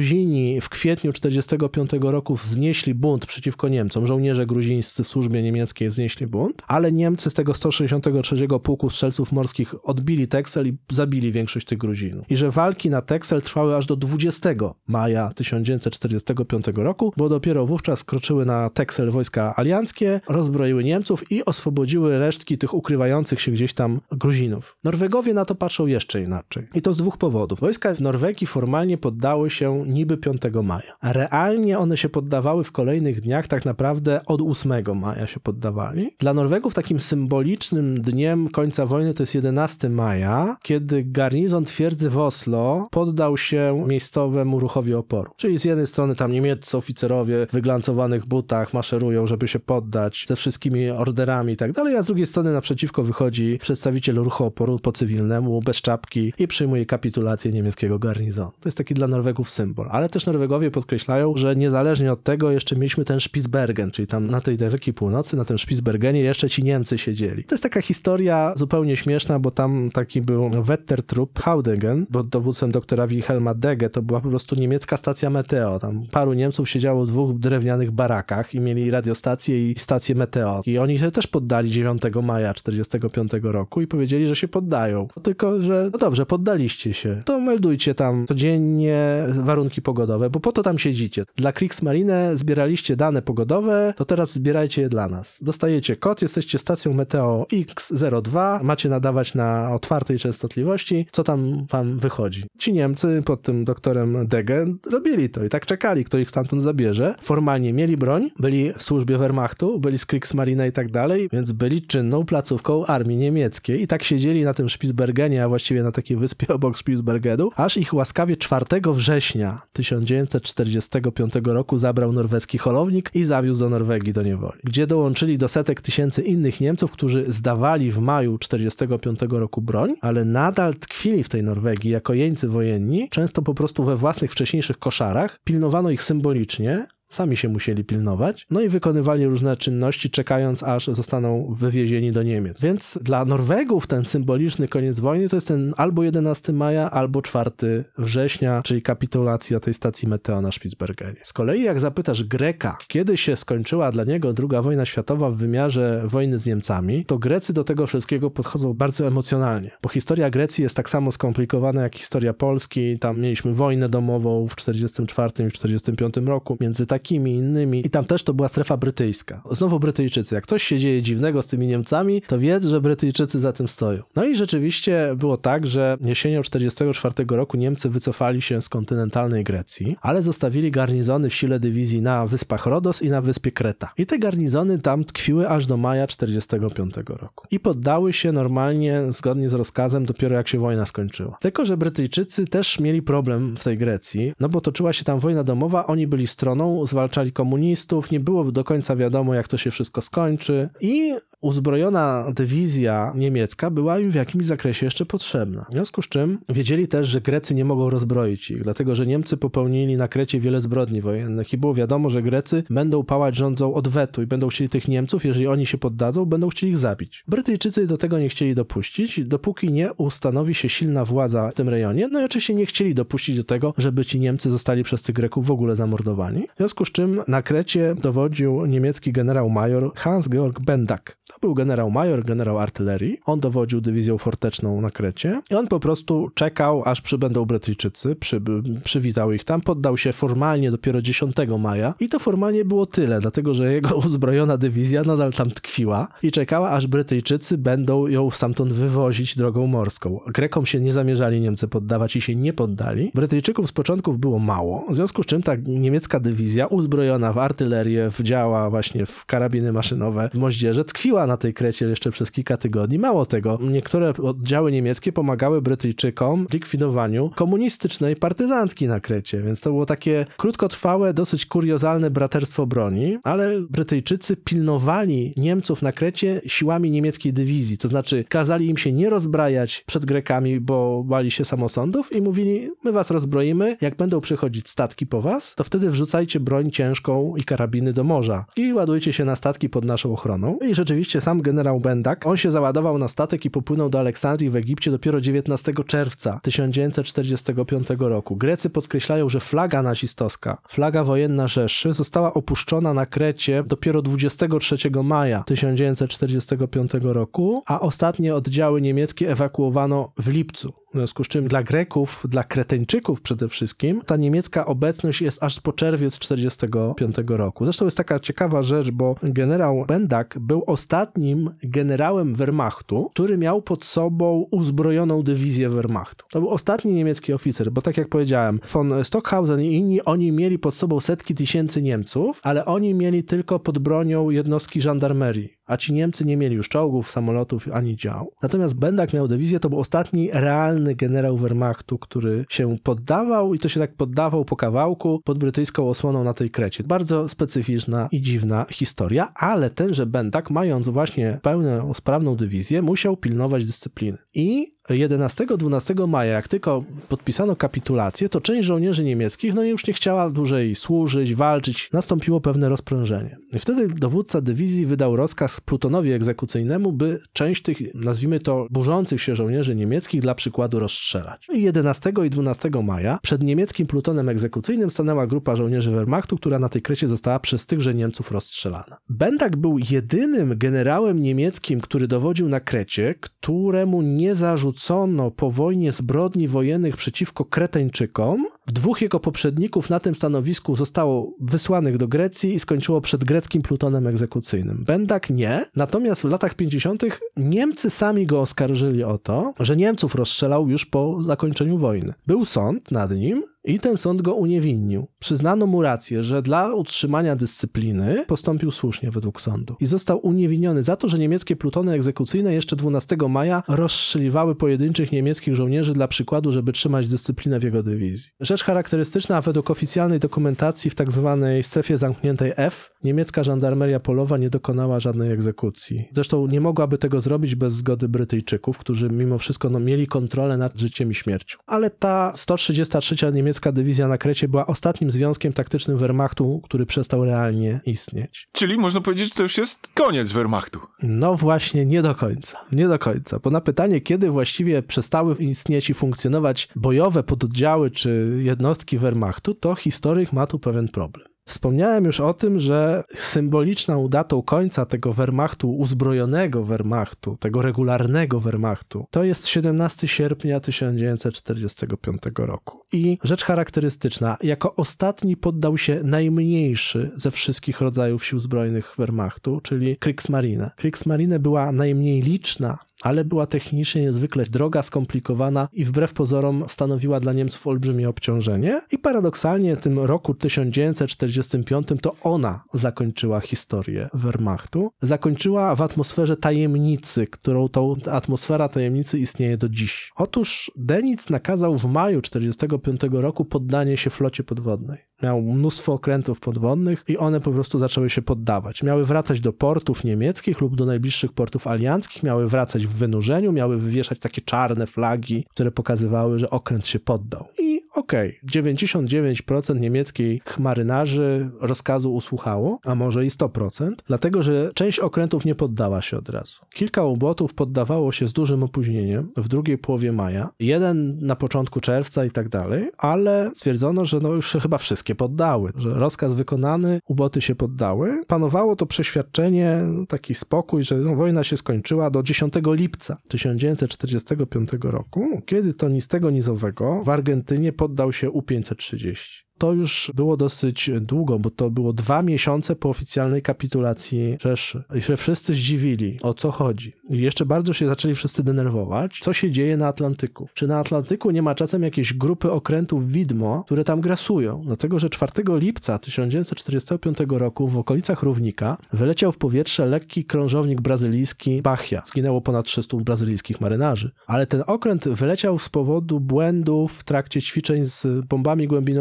Speaker 2: oni w kwietniu czterdziestego piątego roku wznieśli bunt przeciwko Niemcom. Żołnierze gruzińscy w służbie niemieckiej wznieśli bunt, ale Niemcy z tego sto sześćdziesiątego trzeciego Pułku Strzelców Morskich odbili Texel i zabili większość tych Gruzinów. I że walki na Texel trwały aż do dwudziestego maja tysiąc dziewięćset czterdziestego piątego roku, bo dopiero wówczas kroczyły na Texel wojska alianckie, rozbroiły Niemców i oswobodziły resztki tych ukrywających się gdzieś tam Gruzinów. Norwegowie na to patrzą jeszcze inaczej. I to z dwóch powodów. Wojska w Norwegii formalnie poddały się niby piątego maja, a realnie one się poddawały w kolejnych dniach, tak naprawdę od ósmego maja się poddawali. Dla Norwegów takim symbolicznym dniem końca wojny to jest jedenastego maja, kiedy garnizon twierdzy w Oslo poddał się miejscowemu ruchowi oporu. Czyli z jednej strony tam niemieccy oficerowie w wyglancowanych butach maszerują, żeby się poddać ze wszystkimi orderami i tak dalej, a z drugiej strony naprzeciwko wychodzi przedstawiciel ruchu oporu po cywilnemu, bez czapki i przyjmuje kapitulację niemieckiego garnizonu. To jest taki dla Norwegów symbol. Ale też Norwegowie podkreślają, że niezależnie od tego jeszcze mieliśmy ten Spitsbergen, czyli tam na tej dalekiej północy, na tym Spitsbergenie jeszcze ci Niemcy siedzieli. To jest taka historia zupełnie śmieszna, bo tam taki był Wettertrupp Haudegen, pod dowództwem doktora Wilhelma Dege, to była po prostu niemiecka stacja meteo. Tam paru Niemców siedziało w dwóch drewnianych barakach i mieli radiostację i stację meteo. I oni się też poddali dziewiątego maja czterdziestego piątego roku i powiedzieli, że się poddają. Tylko, że no dobrze, poddaliście się. To meldujcie tam codziennie warunki pogodowe, bo po to tam siedzicie. Dla Kriegsmarine zbieraliście dane pogodowe, to teraz zbierajcie je dla nas. Dostajecie kod, jesteście stacją meteo X zero dwa, macie nadawać na otwartej częstotliwości, co tam wam wychodzi. Ci Niemcy pod tym doktorem Dege robili to i tak czekali, kto ich stamtąd zabierze. Formalnie mieli broń, byli w służbie Wehrmachtu, byli z Kriegsmarine i tak dalej, więc byli czynną placówką armii niemieckiej i tak siedzieli na tym Spitsbergenie, a właściwie na takiej wyspie obok Spitsbergenu, aż ich łaskawie czwartego września tysiąc dziewięćset czterdziestego piątego roku zabrał norweski holownik i zawiózł do Norwegii do niewoli, gdzie dołączyli do setek tysięcy innych Niemców, którzy zdawali w maju czterdziestego piątego roku broń, ale nadal tkwili w tej Norwegii jako jeńcy wojenni, często po prostu we własnych wcześniejszych koszarach, pilnowano ich symbolicznie, sami się musieli pilnować, no i wykonywali różne czynności, czekając aż zostaną wywiezieni do Niemiec. Więc dla Norwegów ten symboliczny koniec wojny to jest ten albo jedenastego maja, albo czwartego września, czyli kapitulacja tej stacji meteo na Spitsbergenie. Z kolei jak zapytasz Greka, kiedy się skończyła dla niego druga wojna światowa w wymiarze wojny z Niemcami, to Grecy do tego wszystkiego podchodzą bardzo emocjonalnie, bo historia Grecji jest tak samo skomplikowana jak historia Polski. Tam mieliśmy wojnę domową w czterdziestym czwartym i w czterdziestym piątym roku między takimi innymi i tam też to była strefa brytyjska. Znowu Brytyjczycy. Jak coś się dzieje dziwnego z tymi Niemcami, to wiedz, że Brytyjczycy za tym stoją. No i rzeczywiście było tak, że jesienią czterdziestego czwartego roku Niemcy wycofali się z kontynentalnej Grecji, ale zostawili garnizony w sile dywizji na wyspach Rodos i na wyspie Kreta. I te garnizony tam tkwiły aż do maja czterdziestego piątego roku. I poddały się normalnie, zgodnie z rozkazem, dopiero jak się wojna skończyła. Tylko że Brytyjczycy też mieli problem w tej Grecji, no bo toczyła się tam wojna domowa, oni byli stroną, zwalczali komunistów, nie było do końca wiadomo, jak to się wszystko skończy i uzbrojona dywizja niemiecka była im w jakimś zakresie jeszcze potrzebna. W związku z czym wiedzieli też, że Grecy nie mogą rozbroić ich, dlatego że Niemcy popełnili na Krecie wiele zbrodni wojennych i było wiadomo, że Grecy będą pałać rządzą odwetu i będą chcieli tych Niemców, jeżeli oni się poddadzą, będą chcieli ich zabić. Brytyjczycy do tego nie chcieli dopuścić, dopóki nie ustanowi się silna władza w tym rejonie, no i oczywiście nie chcieli dopuścić do tego, żeby ci Niemcy zostali przez tych Greków w ogóle zamordowani. W związku z czym na Krecie dowodził niemiecki generał-major Hans-Georg Bendak. To był generał-major, generał artylerii. On dowodził dywizją forteczną na Krecie i on po prostu czekał, aż przybędą Brytyjczycy, przy, przywitał ich tam, poddał się formalnie dopiero dziesiątego maja i to formalnie było tyle, dlatego że jego uzbrojona dywizja nadal tam tkwiła i czekała, aż Brytyjczycy będą ją stamtąd wywozić drogą morską. Grekom się nie zamierzali Niemcy poddawać i się nie poddali. Brytyjczyków z początków było mało, w związku z czym ta niemiecka dywizja uzbrojona w artylerię, w działa właśnie w karabiny maszynowe, w moździerze, tkwiła na tej Krecie jeszcze przez kilka tygodni. Mało tego, niektóre oddziały niemieckie pomagały Brytyjczykom w likwidowaniu komunistycznej partyzantki na Krecie, więc to było takie krótkotrwałe, dosyć kuriozalne braterstwo broni, ale Brytyjczycy pilnowali Niemców na Krecie siłami niemieckiej dywizji, to znaczy kazali im się nie rozbrajać przed Grekami, bo bali się samosądów i mówili, my was rozbroimy, jak będą przychodzić statki po was, to wtedy wrzucajcie broń ciężką i karabiny do morza i ładujcie się na statki pod naszą ochroną. I rzeczywiście oczywiście sam generał Bendak, on się załadował na statek i popłynął do Aleksandrii w Egipcie dopiero dziewiętnastego czerwca tysiąc dziewięćset czterdziestego piątego roku. Grecy podkreślają, że flaga nazistowska, flaga wojenna Rzeszy, została opuszczona na Krecie dopiero dwudziestego trzeciego maja tysiąc dziewięćset czterdziestego piątego roku, a ostatnie oddziały niemieckie ewakuowano w lipcu. W związku z czym dla Greków, dla Kreteńczyków przede wszystkim, ta niemiecka obecność jest aż po czerwiec tysiąc dziewięćset czterdziestego piątego roku. Zresztą jest taka ciekawa rzecz, bo generał Bendak był ostatnim generałem Wehrmachtu, który miał pod sobą uzbrojoną dywizję Wehrmachtu. To był ostatni niemiecki oficer, bo tak jak powiedziałem, von Stockhausen i inni, oni mieli pod sobą setki tysięcy Niemców, ale oni mieli tylko pod bronią jednostki żandarmerii, a ci Niemcy nie mieli już czołgów, samolotów ani dział. Natomiast Bendak miał dywizję, to był ostatni realny generał Wehrmachtu, który się poddawał i to się tak poddawał po kawałku pod brytyjską osłoną na tej Krecie. Bardzo specyficzna i dziwna historia, ale tenże Bendak, mając właśnie pełną, sprawną dywizję, musiał pilnować dyscypliny. I jedenastego dwunastego maja, jak tylko podpisano kapitulację, to część żołnierzy niemieckich no już nie chciała dłużej służyć, walczyć. Nastąpiło pewne rozprężenie. I wtedy dowódca dywizji wydał rozkaz plutonowi egzekucyjnemu, by część tych, nazwijmy to, burzących się żołnierzy niemieckich dla przykładu rozstrzelać. I jedenastego i dwunastego maja przed niemieckim plutonem egzekucyjnym stanęła grupa żołnierzy Wehrmachtu, która na tej Krecie została przez tychże Niemców rozstrzelana. Bendak był jedynym generałem niemieckim, który dowodził na Krecie, któremu nie zarzucono po wojnie zbrodni wojennych przeciwko Kreteńczykom. Dwóch jego poprzedników na tym stanowisku zostało wysłanych do Grecji i skończyło przed greckim plutonem egzekucyjnym. Bendak nie, natomiast w latach pięćdziesiątych Niemcy sami go oskarżyli o to, że Niemców rozstrzelał już po zakończeniu wojny. Był sąd nad nim i ten sąd go uniewinnił. Przyznano mu rację, że dla utrzymania dyscypliny postąpił słusznie według sądu. I został uniewinniony za to, że niemieckie plutony egzekucyjne jeszcze dwunastego maja rozstrzeliwały pojedynczych niemieckich żołnierzy dla przykładu, żeby trzymać dyscyplinę w jego dywizji. Rzecz charakterystyczna, według oficjalnej dokumentacji w tak zwanej strefie zamkniętej F, niemiecka żandarmeria polowa nie dokonała żadnej egzekucji. Zresztą nie mogłaby tego zrobić bez zgody Brytyjczyków, którzy mimo wszystko no, mieli kontrolę nad życiem i śmiercią. Ale ta sto trzydziesta trzecia niemiecka dywizja na Krecie była ostatnim związkiem taktycznym Wehrmachtu, który przestał realnie istnieć.
Speaker 1: Czyli można powiedzieć, że to już jest koniec Wehrmachtu.
Speaker 2: No właśnie, nie do końca. Nie do końca. Bo na pytanie, kiedy właściwie przestały istnieć i funkcjonować bojowe pododdziały czy jednostki Wehrmachtu, to historyk ma tu pewien problem. Wspomniałem już o tym, że symboliczną datą końca tego Wehrmachtu, uzbrojonego Wehrmachtu, tego regularnego Wehrmachtu, to jest siedemnastego sierpnia tysiąc dziewięćset czterdziestego piątego roku. I rzecz charakterystyczna, jako ostatni poddał się najmniejszy ze wszystkich rodzajów sił zbrojnych Wehrmachtu, czyli Kriegsmarine. Kriegsmarine była najmniej liczna, ale była technicznie niezwykle droga, skomplikowana i wbrew pozorom stanowiła dla Niemców olbrzymie obciążenie. I paradoksalnie w tym roku tysiąc dziewięćset czterdziestym piątym to ona zakończyła historię Wehrmachtu. Zakończyła w atmosferze tajemnicy, którą tą atmosfera tajemnicy istnieje do dziś. Otóż Dönitz nakazał w maju tysiąc dziewięćset czterdziestego piątego roku poddanie się flocie podwodnej. Miał mnóstwo okrętów podwodnych i one po prostu zaczęły się poddawać. Miały wracać do portów niemieckich lub do najbliższych portów alianckich, miały wracać w wynurzeniu, miały wywieszać takie czarne flagi, które pokazywały, że okręt się poddał. I okej, okay, dziewięćdziesiąt dziewięć procent niemieckich marynarzy rozkazu usłuchało, a może i sto procent, dlatego że część okrętów nie poddała się od razu. Kilka ubotów poddawało się z dużym opóźnieniem w drugiej połowie maja, jeden na początku czerwca i tak dalej, ale stwierdzono, że no już się chyba wszystkie poddały, że rozkaz wykonany, uboty się poddały. Panowało to przeświadczenie, taki spokój, że no, wojna się skończyła do dziesiątego lipca tysiąc dziewięćset czterdziestego piątego roku, kiedy to ni z tego ni z owego w Argentynie poddał się U pięćset trzydzieści. To już było dosyć długo, bo to było dwa miesiące po oficjalnej kapitulacji Rzeszy. I się wszyscy zdziwili, o co chodzi. I jeszcze bardzo się zaczęli wszyscy denerwować, co się dzieje na Atlantyku. Czy na Atlantyku nie ma czasem jakiejś grupy okrętów widmo, które tam grasują? Dlatego, że czwartego lipca tysiąc dziewięćset czterdziestego piątego roku w okolicach Równika wyleciał w powietrze lekki krążownik brazylijski Bahia. Zginęło ponad trzystu brazylijskich marynarzy. Ale ten okręt wyleciał z powodu błędów w trakcie ćwiczeń z bombami głębinowymi, minami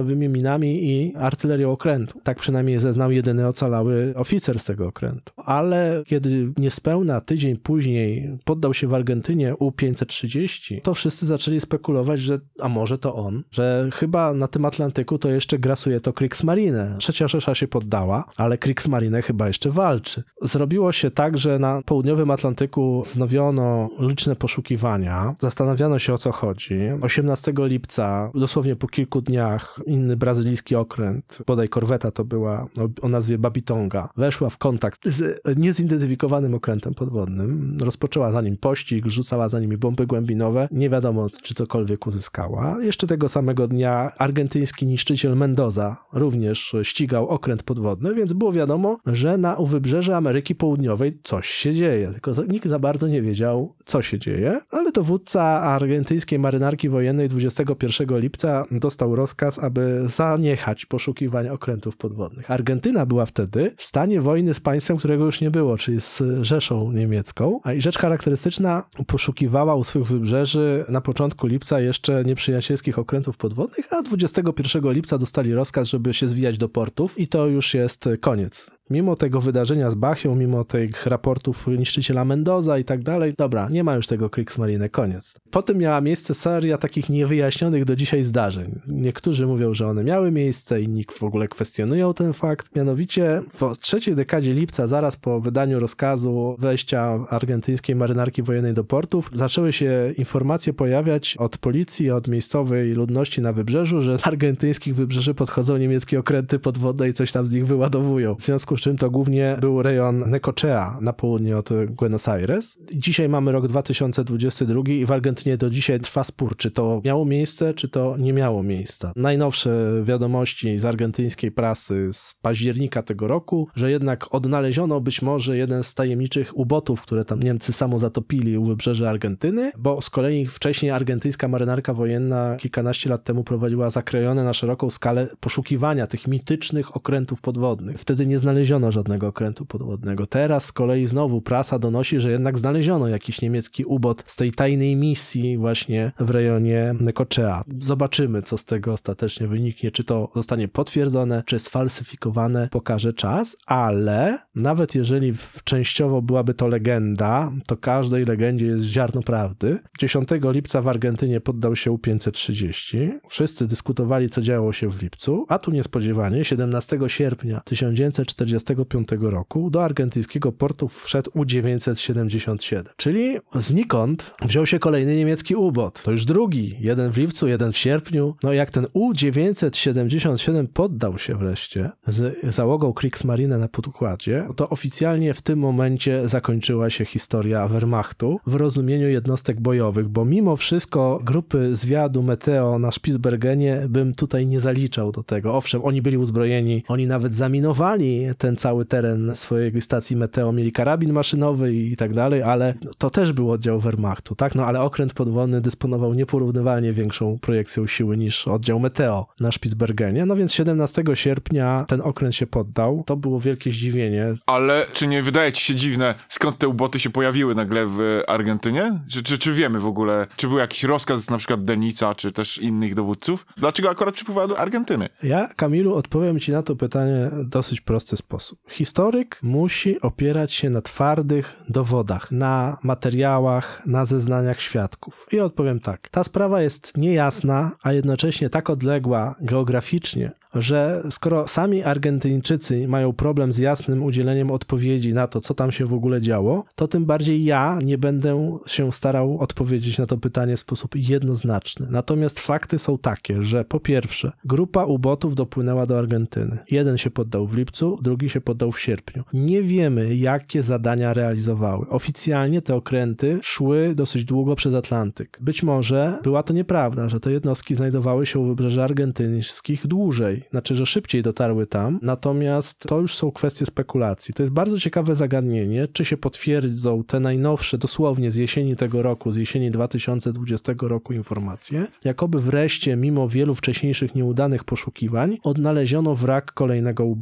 Speaker 2: karabinami i artylerią okrętu. Tak przynajmniej zeznał jedyny ocalały oficer z tego okrętu. Ale kiedy niespełna tydzień później poddał się w Argentynie U pięćset trzydzieści, to wszyscy zaczęli spekulować, że a może to on, że chyba na tym Atlantyku to jeszcze grasuje to Kriegsmarine. Trzecia Rzesza się poddała, ale Kriegsmarine chyba jeszcze walczy. Zrobiło się tak, że na południowym Atlantyku wznowiono liczne poszukiwania. Zastanawiano się, o co chodzi. osiemnastego lipca, dosłownie po kilku dniach, inny brazylijski okręt, bodaj korweta to była, o, o nazwie Babitonga, weszła w kontakt z niezidentyfikowanym okrętem podwodnym. Rozpoczęła za nim pościg, rzucała za nimi bomby głębinowe. Nie wiadomo, czy cokolwiek uzyskała. Jeszcze tego samego dnia argentyński niszczyciel Mendoza również ścigał okręt podwodny, więc było wiadomo, że na u wybrzeży Ameryki Południowej coś się dzieje. Tylko nikt za bardzo nie wiedział, co się dzieje, ale dowódca argentyńskiej marynarki wojennej dwudziestego pierwszego lipca dostał rozkaz, aby zaniechać poszukiwań okrętów podwodnych. Argentyna była wtedy w stanie wojny z państwem, którego już nie było, czyli z Rzeszą Niemiecką. A i rzecz charakterystyczna, poszukiwała u swych wybrzeży na początku lipca jeszcze nieprzyjacielskich okrętów podwodnych, a dwudziestego pierwszego lipca dostali rozkaz, żeby się zwijać do portów i to już jest koniec. Mimo tego wydarzenia z Bachią, mimo tych raportów niszczyciela Mendoza i tak dalej, dobra, nie ma już tego Kriegsmarine, koniec. Potem miała miejsce seria takich niewyjaśnionych do dzisiaj zdarzeń. Niektórzy mówią, że one miały miejsce, inni w ogóle kwestionują ten fakt. Mianowicie w trzeciej dekadzie lipca, zaraz po wydaniu rozkazu wejścia argentyńskiej marynarki wojennej do portów, zaczęły się informacje pojawiać od policji, od miejscowej ludności na wybrzeżu, że z argentyńskich wybrzeży podchodzą niemieckie okręty podwodne i coś tam z nich wyładowują. W związku z czym to głównie był rejon Necochea na południe od Buenos Aires. Dzisiaj mamy rok dwa tysiące dwudziesty drugi i w Argentynie do dzisiaj trwa spór, czy to miało miejsce, czy to nie miało miejsca. Najnowsze wiadomości z argentyńskiej prasy z października tego roku, że jednak odnaleziono być może jeden z tajemniczych ubotów, które tam Niemcy samo zatopili u wybrzeży Argentyny, bo z kolei wcześniej argentyńska marynarka wojenna kilkanaście lat temu prowadziła zakrojone na szeroką skalę poszukiwania tych mitycznych okrętów podwodnych. Wtedy nie znaleziono żadnego okrętu podwodnego. Teraz z kolei znowu prasa donosi, że jednak znaleziono jakiś niemiecki ubot z tej tajnej misji właśnie w rejonie Necochea. Zobaczymy, co z tego ostatecznie wyniknie, czy to zostanie potwierdzone, czy sfalsyfikowane, pokaże czas, ale nawet jeżeli częściowo byłaby to legenda, to każdej legendzie jest ziarno prawdy. dziesiątego lipca w Argentynie poddał się U pięćset trzydzieści. Wszyscy dyskutowali, co działo się w lipcu, a tu niespodziewanie siedemnastego sierpnia tysiąc dziewięćset czterdziestego piątego roku do argentyńskiego portu wszedł U dziewięćset siedemdziesiąt siedem. Czyli znikąd wziął się kolejny niemiecki ubot. To już drugi. Jeden w lipcu, jeden w sierpniu. No i jak ten U dziewięćset siedemdziesiąt siedem poddał się wreszcie z załogą Kriegsmarine na podkładzie, to oficjalnie w tym momencie zakończyła się historia Wehrmachtu w rozumieniu jednostek bojowych, bo mimo wszystko grupy zwiadu Meteo na Spitsbergenie bym tutaj nie zaliczał do tego. Owszem, oni byli uzbrojeni, oni nawet zaminowali ten cały teren swojej stacji Meteo, mieli karabin maszynowy i tak dalej, ale to też był oddział Wehrmachtu, tak? No ale okręt podwodny dysponował nieporównywalnie większą projekcją siły niż oddział Meteo na Spitsbergenie, no więc siedemnastego sierpnia ten okręt się poddał. To było wielkie zdziwienie.
Speaker 1: Ale czy nie wydaje ci się dziwne, skąd te uboty się pojawiły nagle w Argentynie? Czy, czy, czy wiemy w ogóle, czy był jakiś rozkaz na przykład Denica, czy też innych dowódców? Dlaczego akurat przypływa do Argentyny?
Speaker 2: Ja, Kamilu, odpowiem ci na to pytanie w dosyć prosty sposób. Historyk musi opierać się na twardych dowodach, na materiałach, na zeznaniach świadków. I odpowiem tak. Ta sprawa jest niejasna, a jednocześnie tak odległa geograficznie, że skoro sami Argentyńczycy mają problem z jasnym udzieleniem odpowiedzi na to, co tam się w ogóle działo, to tym bardziej ja nie będę się starał odpowiedzieć na to pytanie w sposób jednoznaczny. Natomiast fakty są takie, że po pierwsze, grupa ubotów dopłynęła do Argentyny. Jeden się poddał w lipcu, drugi się poddał w sierpniu. Nie wiemy, jakie zadania realizowały. Oficjalnie te okręty szły dosyć długo przez Atlantyk. Być może była to nieprawda, że te jednostki znajdowały się u wybrzeży argentyńskich dłużej. Znaczy, że szybciej dotarły tam, natomiast to już są kwestie spekulacji. To jest bardzo ciekawe zagadnienie, czy się potwierdzą te najnowsze, dosłownie z jesieni tego roku, z jesieni dwa tysiące dwudziestego roku informacje, jakoby wreszcie, mimo wielu wcześniejszych nieudanych poszukiwań, odnaleziono wrak kolejnego ubota.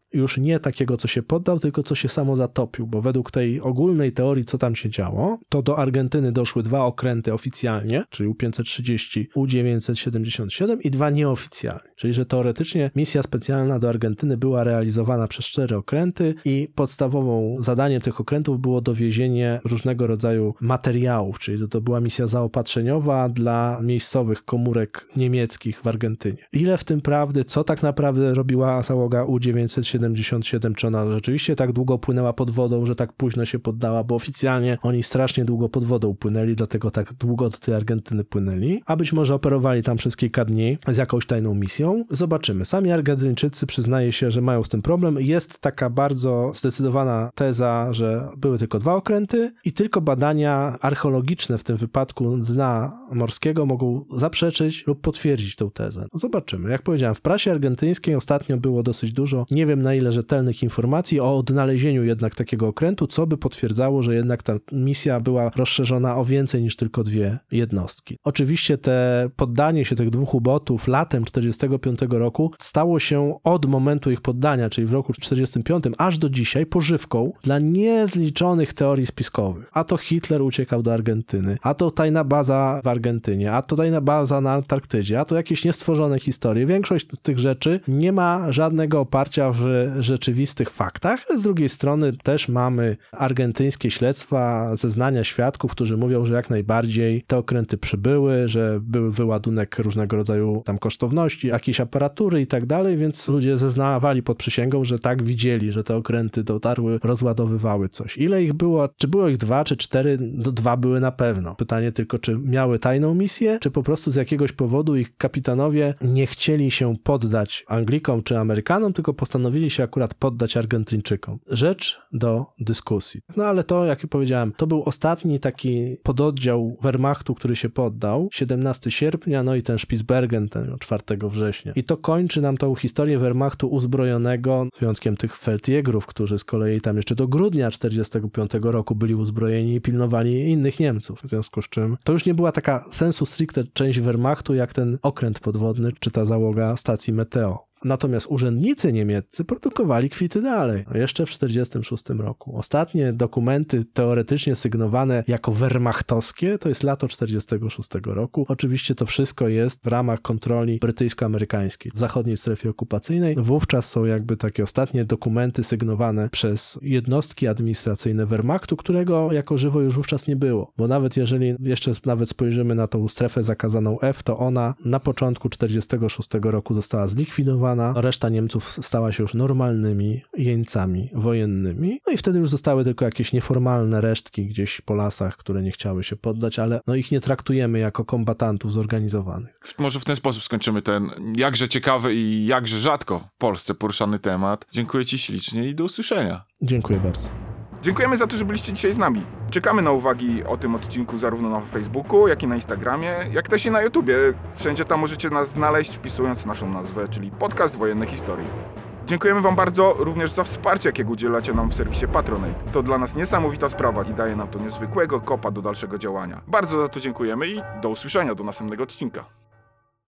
Speaker 2: już nie takiego, co się poddał, tylko co się samo zatopił, bo według tej ogólnej teorii, co tam się działo, to do Argentyny doszły dwa okręty oficjalnie, czyli U pięćset trzydzieści, U dziewięćset siedemdziesiąt siedem i dwa nieoficjalnie. Czyli, że teoretycznie misja specjalna do Argentyny była realizowana przez cztery okręty i podstawową zadaniem tych okrętów było dowiezienie różnego rodzaju materiałów, czyli to, to była misja zaopatrzeniowa dla miejscowych komórek niemieckich w Argentynie. Ile w tym prawdy, co tak naprawdę robiła załoga U dziewięćset siedemdziesiąt siedem, czy ona rzeczywiście tak długo płynęła pod wodą, że tak późno się poddała, bo oficjalnie oni strasznie długo pod wodą płynęli, dlatego tak długo do tej Argentyny płynęli, a być może operowali tam przez kilka dni z jakąś tajną misją. Zobaczymy. Sami Argentyńczycy przyznaje się, że mają z tym problem. Jest taka bardzo zdecydowana teza, że były tylko dwa okręty i tylko badania archeologiczne, w tym wypadku dna morskiego, mogą zaprzeczyć lub potwierdzić tę tezę. Zobaczymy. Jak powiedziałem, w prasie argentyńskiej ostatnio było dosyć dużo, nie wiem na ile rzetelnych informacji o odnalezieniu jednak takiego okrętu, co by potwierdzało, że jednak ta misja była rozszerzona o więcej niż tylko dwie jednostki. Oczywiście te poddanie się tych dwóch ubotów latem czterdziestego piątego roku stało się od momentu ich poddania, czyli w roku czterdziestym piątym, aż do dzisiaj pożywką dla niezliczonych teorii spiskowych. A to Hitler uciekał do Argentyny, a to tajna baza w Argentynie, a to tajna baza na Antarktydzie, a to jakieś niestworzone historie. Większość z tych rzeczy nie ma żadnego oparcia w rzeczywistych faktach. Z drugiej strony też mamy argentyńskie śledztwa, zeznania świadków, którzy mówią, że jak najbardziej te okręty przybyły, że był wyładunek różnego rodzaju tam kosztowności, jakiejś aparatury i tak dalej, więc ludzie zeznawali pod przysięgą, że tak widzieli, że te okręty dotarły, rozładowywały coś. Ile ich było? Czy było ich dwa, czy cztery? No dwa były na pewno. Pytanie tylko, czy miały tajną misję, czy po prostu z jakiegoś powodu ich kapitanowie nie chcieli się poddać Anglikom czy Amerykanom, tylko postanowili się akurat poddać Argentyńczykom. Rzecz do dyskusji. No ale to, jak powiedziałem, to był ostatni taki pododdział Wehrmachtu, który się poddał, siedemnastego sierpnia, no i ten Spitsbergen, ten czwartego września. I to kończy nam tą historię Wehrmachtu uzbrojonego, z wyjątkiem tych Feldjägerów, którzy z kolei tam jeszcze do grudnia czterdziestego piątego roku byli uzbrojeni i pilnowali innych Niemców. W związku z czym to już nie była taka sensu stricte część Wehrmachtu, jak ten okręt podwodny, czy ta załoga stacji Meteo. Natomiast urzędnicy niemieccy produkowali kwity dalej, jeszcze w czterdziestym szóstym roku. Ostatnie dokumenty teoretycznie sygnowane jako wehrmachtowskie to jest lato czterdziestego szóstego roku. Oczywiście to wszystko jest w ramach kontroli brytyjsko-amerykańskiej w zachodniej strefie okupacyjnej. Wówczas są jakby takie ostatnie dokumenty sygnowane przez jednostki administracyjne Wehrmachtu, którego jako żywo już wówczas nie było. Bo nawet jeżeli jeszcze nawet spojrzymy na tą strefę zakazaną F, to ona na początku czterdziestego szóstego roku została zlikwidowana. Reszta Niemców stała się już normalnymi jeńcami wojennymi. No i wtedy już zostały tylko jakieś nieformalne resztki gdzieś po lasach, które nie chciały się poddać, ale no ich nie traktujemy jako kombatantów zorganizowanych.
Speaker 1: Może w ten sposób skończymy ten jakże ciekawy i jakże rzadko w Polsce poruszany temat. Dziękuję Ci ślicznie i do usłyszenia.
Speaker 2: Dziękuję bardzo.
Speaker 1: Dziękujemy za to, że byliście dzisiaj z nami. Czekamy na uwagi o tym odcinku zarówno na Facebooku, jak i na Instagramie, jak też i na YouTubie. Wszędzie tam możecie nas znaleźć, wpisując naszą nazwę, czyli Podcast Wojenne Historie. Dziękujemy Wam bardzo również za wsparcie, jakiego udzielacie nam w serwisie Patronate. To dla nas niesamowita sprawa i daje nam to niezwykłego kopa do dalszego działania. Bardzo za to dziękujemy i do usłyszenia do następnego odcinka.